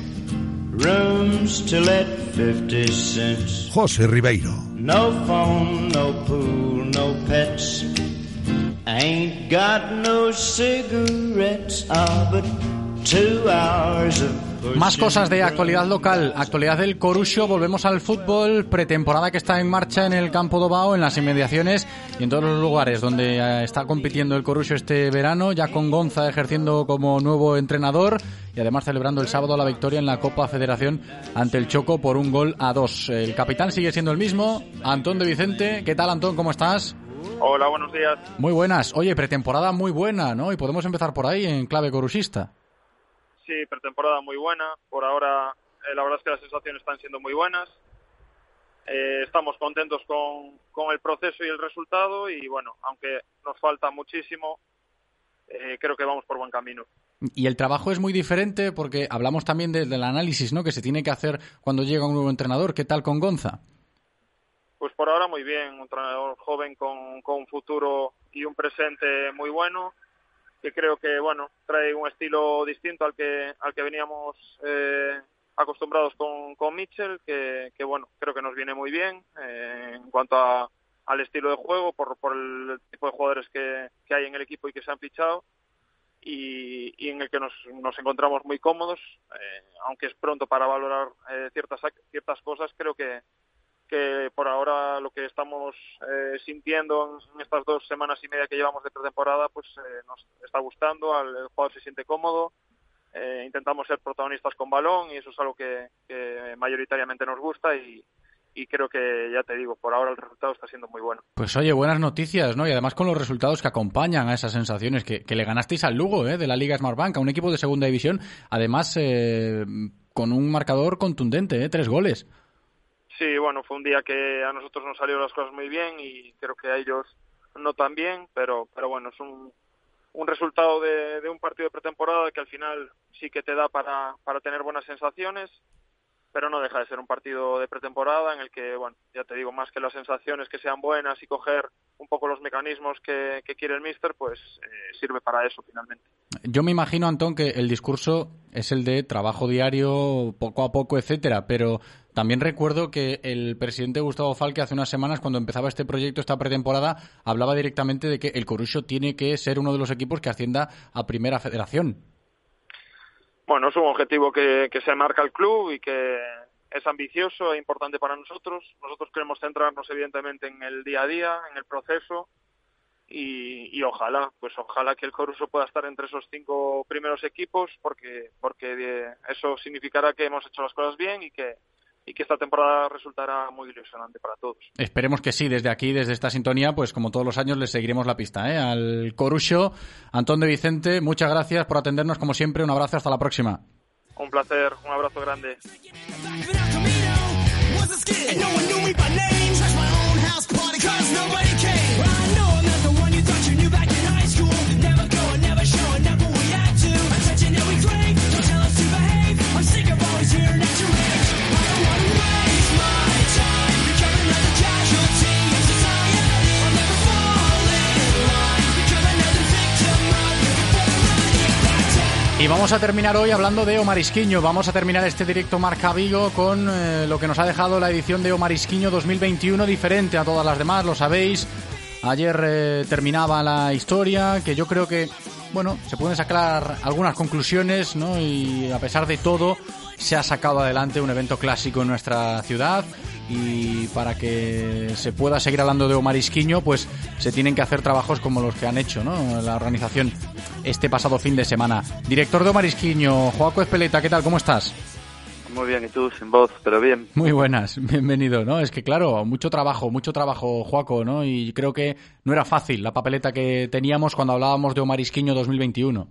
Rooms to let fifty cents. José Ribeiro. No phone, no pool, no pets. Ain't got no cigarettes. Ah, but two hours of más cosas de actualidad local, actualidad del Coruxo, volvemos al fútbol, pretemporada que está en marcha en el Campo do Bao, en las inmediaciones y en todos los lugares donde está compitiendo el Coruxo este verano, ya con Gonza ejerciendo como nuevo entrenador y además celebrando el sábado la victoria en la Copa Federación ante el Choco por un gol a dos. El capitán sigue siendo el mismo, Antón de Vicente. ¿Qué tal, Antón? ¿Cómo estás? Hola, buenos días. Muy buenas. Oye, pretemporada muy buena, ¿no? Y podemos empezar por ahí en clave coruxista. Sí, pretemporada muy buena. Por ahora, eh, la verdad es que las sensaciones están siendo muy buenas. Eh, estamos contentos con, con el proceso y el resultado y, bueno, aunque nos falta muchísimo, eh, creo que vamos por buen camino. Y el trabajo es muy diferente porque hablamos también de, del análisis, ¿no?, que se tiene que hacer cuando llega un nuevo entrenador. ¿Qué tal con Gonza? Pues por ahora muy bien. Un entrenador joven con, con un futuro y un presente muy bueno, que creo que, bueno, trae un estilo distinto al que al que veníamos eh, acostumbrados con, con Mitchell, que, que, bueno, creo que nos viene muy bien eh, en cuanto a, al estilo de juego, por, por el tipo de jugadores que, que hay en el equipo y que se han fichado, y, y en el que nos, nos encontramos muy cómodos, eh, aunque es pronto para valorar eh, ciertas ciertas cosas. Creo que que por ahora lo que estamos eh, sintiendo en estas dos semanas y media que llevamos de pretemporada, pues eh, nos está gustando, al, el jugador se siente cómodo, eh, intentamos ser protagonistas con balón y eso es algo que, que mayoritariamente nos gusta y, y creo que, ya te digo, por ahora el resultado está siendo muy bueno. Pues oye, buenas noticias, ¿no? Y además con los resultados que acompañan a esas sensaciones, que, que le ganasteis al Lugo, ¿eh?, de la Liga Smartbank, a un equipo de segunda división, además eh, con un marcador contundente, ¿eh?, tres goles. Sí, bueno, fue un día que a nosotros nos salieron las cosas muy bien y creo que a ellos no tan bien, pero pero bueno, es un, un resultado de, de un partido de pretemporada que al final sí que te da para, para tener buenas sensaciones, pero no deja de ser un partido de pretemporada en el que, bueno, ya te digo, más que las sensaciones que sean buenas y coger un poco los mecanismos que, que quiere el míster, pues eh, sirve para eso finalmente. Yo me imagino, Antón, que el discurso es el de trabajo diario, poco a poco, etcétera, pero también recuerdo que el presidente Gustavo Falque hace unas semanas, cuando empezaba este proyecto, esta pretemporada, hablaba directamente de que el Coruxo tiene que ser uno de los equipos que ascienda a Primera Federación. Bueno, es un objetivo que, que se marca el club y que es ambicioso e importante para nosotros. Nosotros queremos centrarnos evidentemente en el día a día, en el proceso y, y ojalá, pues ojalá que el Coruso pueda estar entre esos cinco primeros equipos, porque porque eso significará que hemos hecho las cosas bien y que y que esta temporada resultará muy ilusionante para todos. Esperemos que sí, desde aquí, desde esta sintonía, pues como todos los años les seguiremos la pista, ¿eh? Al Coruso. Antón de Vicente, muchas gracias por atendernos como siempre, un abrazo, hasta la próxima. Un placer, un abrazo grande. Y vamos a terminar hoy hablando de O Marisquiño. Vamos a terminar este directo Marca Vigo con eh, lo que nos ha dejado la edición de O Marisquiño dos mil veintiuno, diferente a todas las demás, lo sabéis. Ayer eh, terminaba la historia, que yo creo que, bueno, se pueden sacar algunas conclusiones, ¿no? Y a pesar de todo, se ha sacado adelante un evento clásico en nuestra ciudad. Y para que se pueda seguir hablando de O Marisquiño, pues se tienen que hacer trabajos como los que han hecho, ¿no? La organización este pasado fin de semana. Director de O Marisquiño, Joaco Ezpeleta, ¿qué tal? ¿Cómo estás? Muy bien, ¿y tú? Sin voz, pero bien. Muy buenas, bienvenido, ¿no? Es que claro, mucho trabajo, mucho trabajo, Joaco, ¿no? Y creo que no era fácil la papeleta que teníamos cuando hablábamos de O Marisquiño dos mil veintiuno.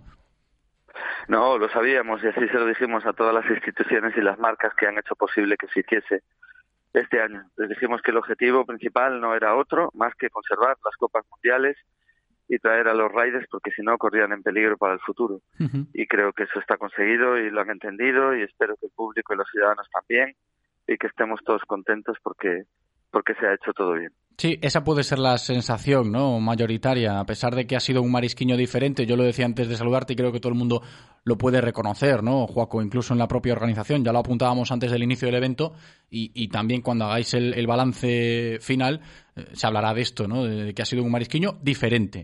No, lo sabíamos y así se lo dijimos a todas las instituciones y las marcas que han hecho posible que se hiciese este año. Les dijimos que el objetivo principal no era otro más que conservar las copas mundiales y traer a los riders, porque si no corrían en peligro para el futuro. Uh-huh. Y creo que eso está conseguido y lo han entendido, y espero que el público y los ciudadanos también, y que estemos todos contentos porque porque se ha hecho todo bien. Sí, esa puede ser la sensación, ¿no? Mayoritaria, a pesar de que ha sido un Marisquiño diferente. Yo lo decía antes de saludarte y creo que todo el mundo lo puede reconocer, ¿no, Joaco? Incluso en la propia organización. Ya lo apuntábamos antes del inicio del evento y, y también cuando hagáis el, el balance final eh, se hablará de esto, ¿no? De, de que ha sido un Marisquiño diferente.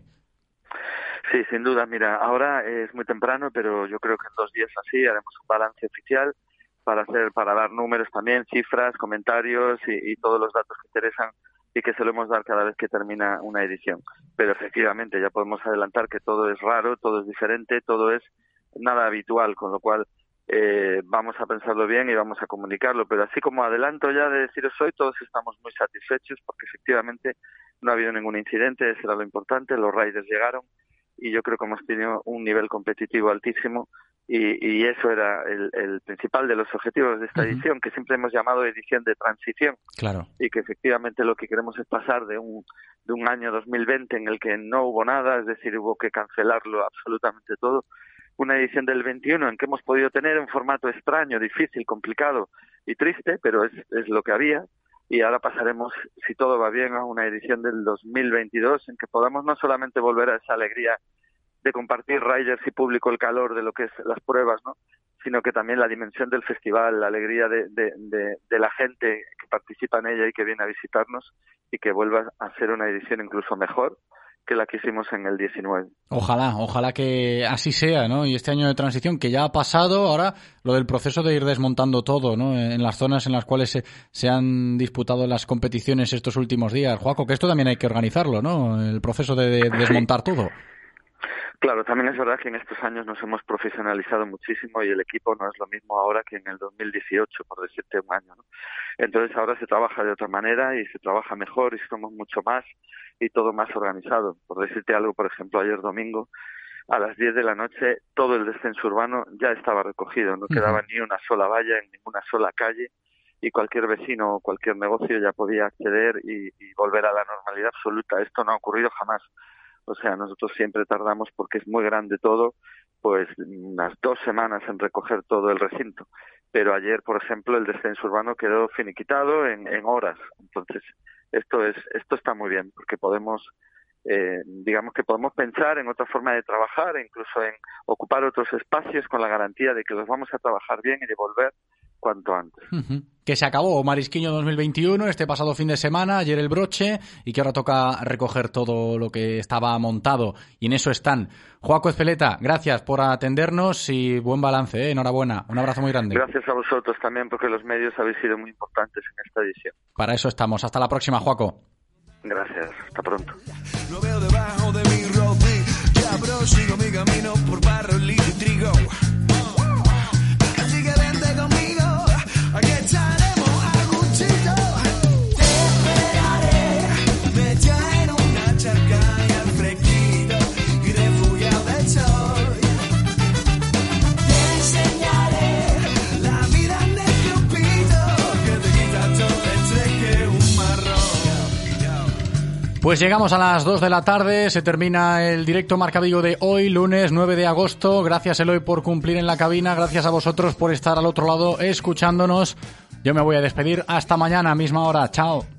Sí, sin duda. Mira, ahora es muy temprano, pero yo creo que en dos días así haremos un balance oficial para hacer, para dar números también, cifras, comentarios y, y todos los datos que interesan y que solemos dar cada vez que termina una edición. Pero efectivamente ya podemos adelantar que todo es raro, todo es diferente, todo es nada habitual, con lo cual eh, vamos a pensarlo bien y vamos a comunicarlo. Pero así como adelanto ya de deciros hoy, todos estamos muy satisfechos porque efectivamente no ha habido ningún incidente, eso era lo importante, los riders llegaron y yo creo que hemos tenido un nivel competitivo altísimo y, y eso era el, el principal de los objetivos de esta uh-huh. edición, que siempre hemos llamado edición de transición. Claro. Y que efectivamente lo que queremos es pasar de un de un año dos mil veinte en el que no hubo nada, es decir, hubo que cancelarlo absolutamente todo, una edición del veintiuno en que hemos podido tener un formato extraño, difícil, complicado y triste, pero es, es lo que había. Y ahora pasaremos, si todo va bien, a una edición del dos mil veintidós en que podamos no solamente volver a esa alegría de compartir riders y público el calor de lo que es las pruebas, ¿no? Sino que también la dimensión del festival, la alegría de, de, de, de la gente que participa en ella y que viene a visitarnos y que vuelva a ser una edición incluso mejor que la que hicimos en el diecinueve. Ojalá, ojalá que así sea, ¿no? Y este año de transición que ya ha pasado, ahora lo del proceso de ir desmontando todo, ¿no? En las zonas en las cuales se, se han disputado las competiciones estos últimos días. Joaco, que esto también hay que organizarlo, ¿no? El proceso de, de desmontar todo. Claro, también es verdad que en estos años nos hemos profesionalizado muchísimo y el equipo no es lo mismo ahora que en el dos mil dieciocho, por decirte un año, ¿no? Entonces ahora se trabaja de otra manera y se trabaja mejor y somos mucho más y todo más organizado. Por decirte algo, por ejemplo, ayer domingo a las diez de la noche todo el descenso urbano ya estaba recogido, no quedaba ni una sola valla en ninguna sola calle y cualquier vecino o cualquier negocio ya podía acceder y, y volver a la normalidad absoluta. Esto no ha ocurrido jamás. O sea, nosotros siempre tardamos, porque es muy grande todo, pues unas dos semanas en recoger todo el recinto. Pero ayer, por ejemplo, el descenso urbano quedó finiquitado en, en horas. Entonces, esto es esto está muy bien, porque podemos, eh, digamos que podemos pensar en otra forma de trabajar, e incluso en ocupar otros espacios con la garantía de que los vamos a trabajar bien y de volver cuanto antes. Uh-huh. Que se acabó Marisquiño dos mil veintiuno este pasado fin de semana, ayer el broche, y que ahora toca recoger todo lo que estaba montado, y en eso están. Joaco Ezpeleta, gracias por atendernos y buen balance, ¿eh? Enhorabuena, un abrazo muy grande. Gracias a vosotros también, porque los medios habéis sido muy importantes en esta edición. Para eso estamos, hasta la próxima, Joaco. Gracias, hasta pronto. Lo veo debajo de mi rodilla, bro, sigo mi camino por barro, lino y trigo. Así que vente conmigo, aquí echaremos aguchito. Te esperaré, metida en una charca y al fresquito y refugiado del sol. Te enseñaré la vida en el grupito que te quita todo el estrés que un marrón. Pues llegamos a las dos de la tarde, se termina el directo Marca Vigo de hoy, lunes nueve de agosto. Gracias, Eloy, por cumplir en la cabina, gracias a vosotros por estar al otro lado escuchándonos. Yo me voy a despedir, hasta mañana, misma hora, chao.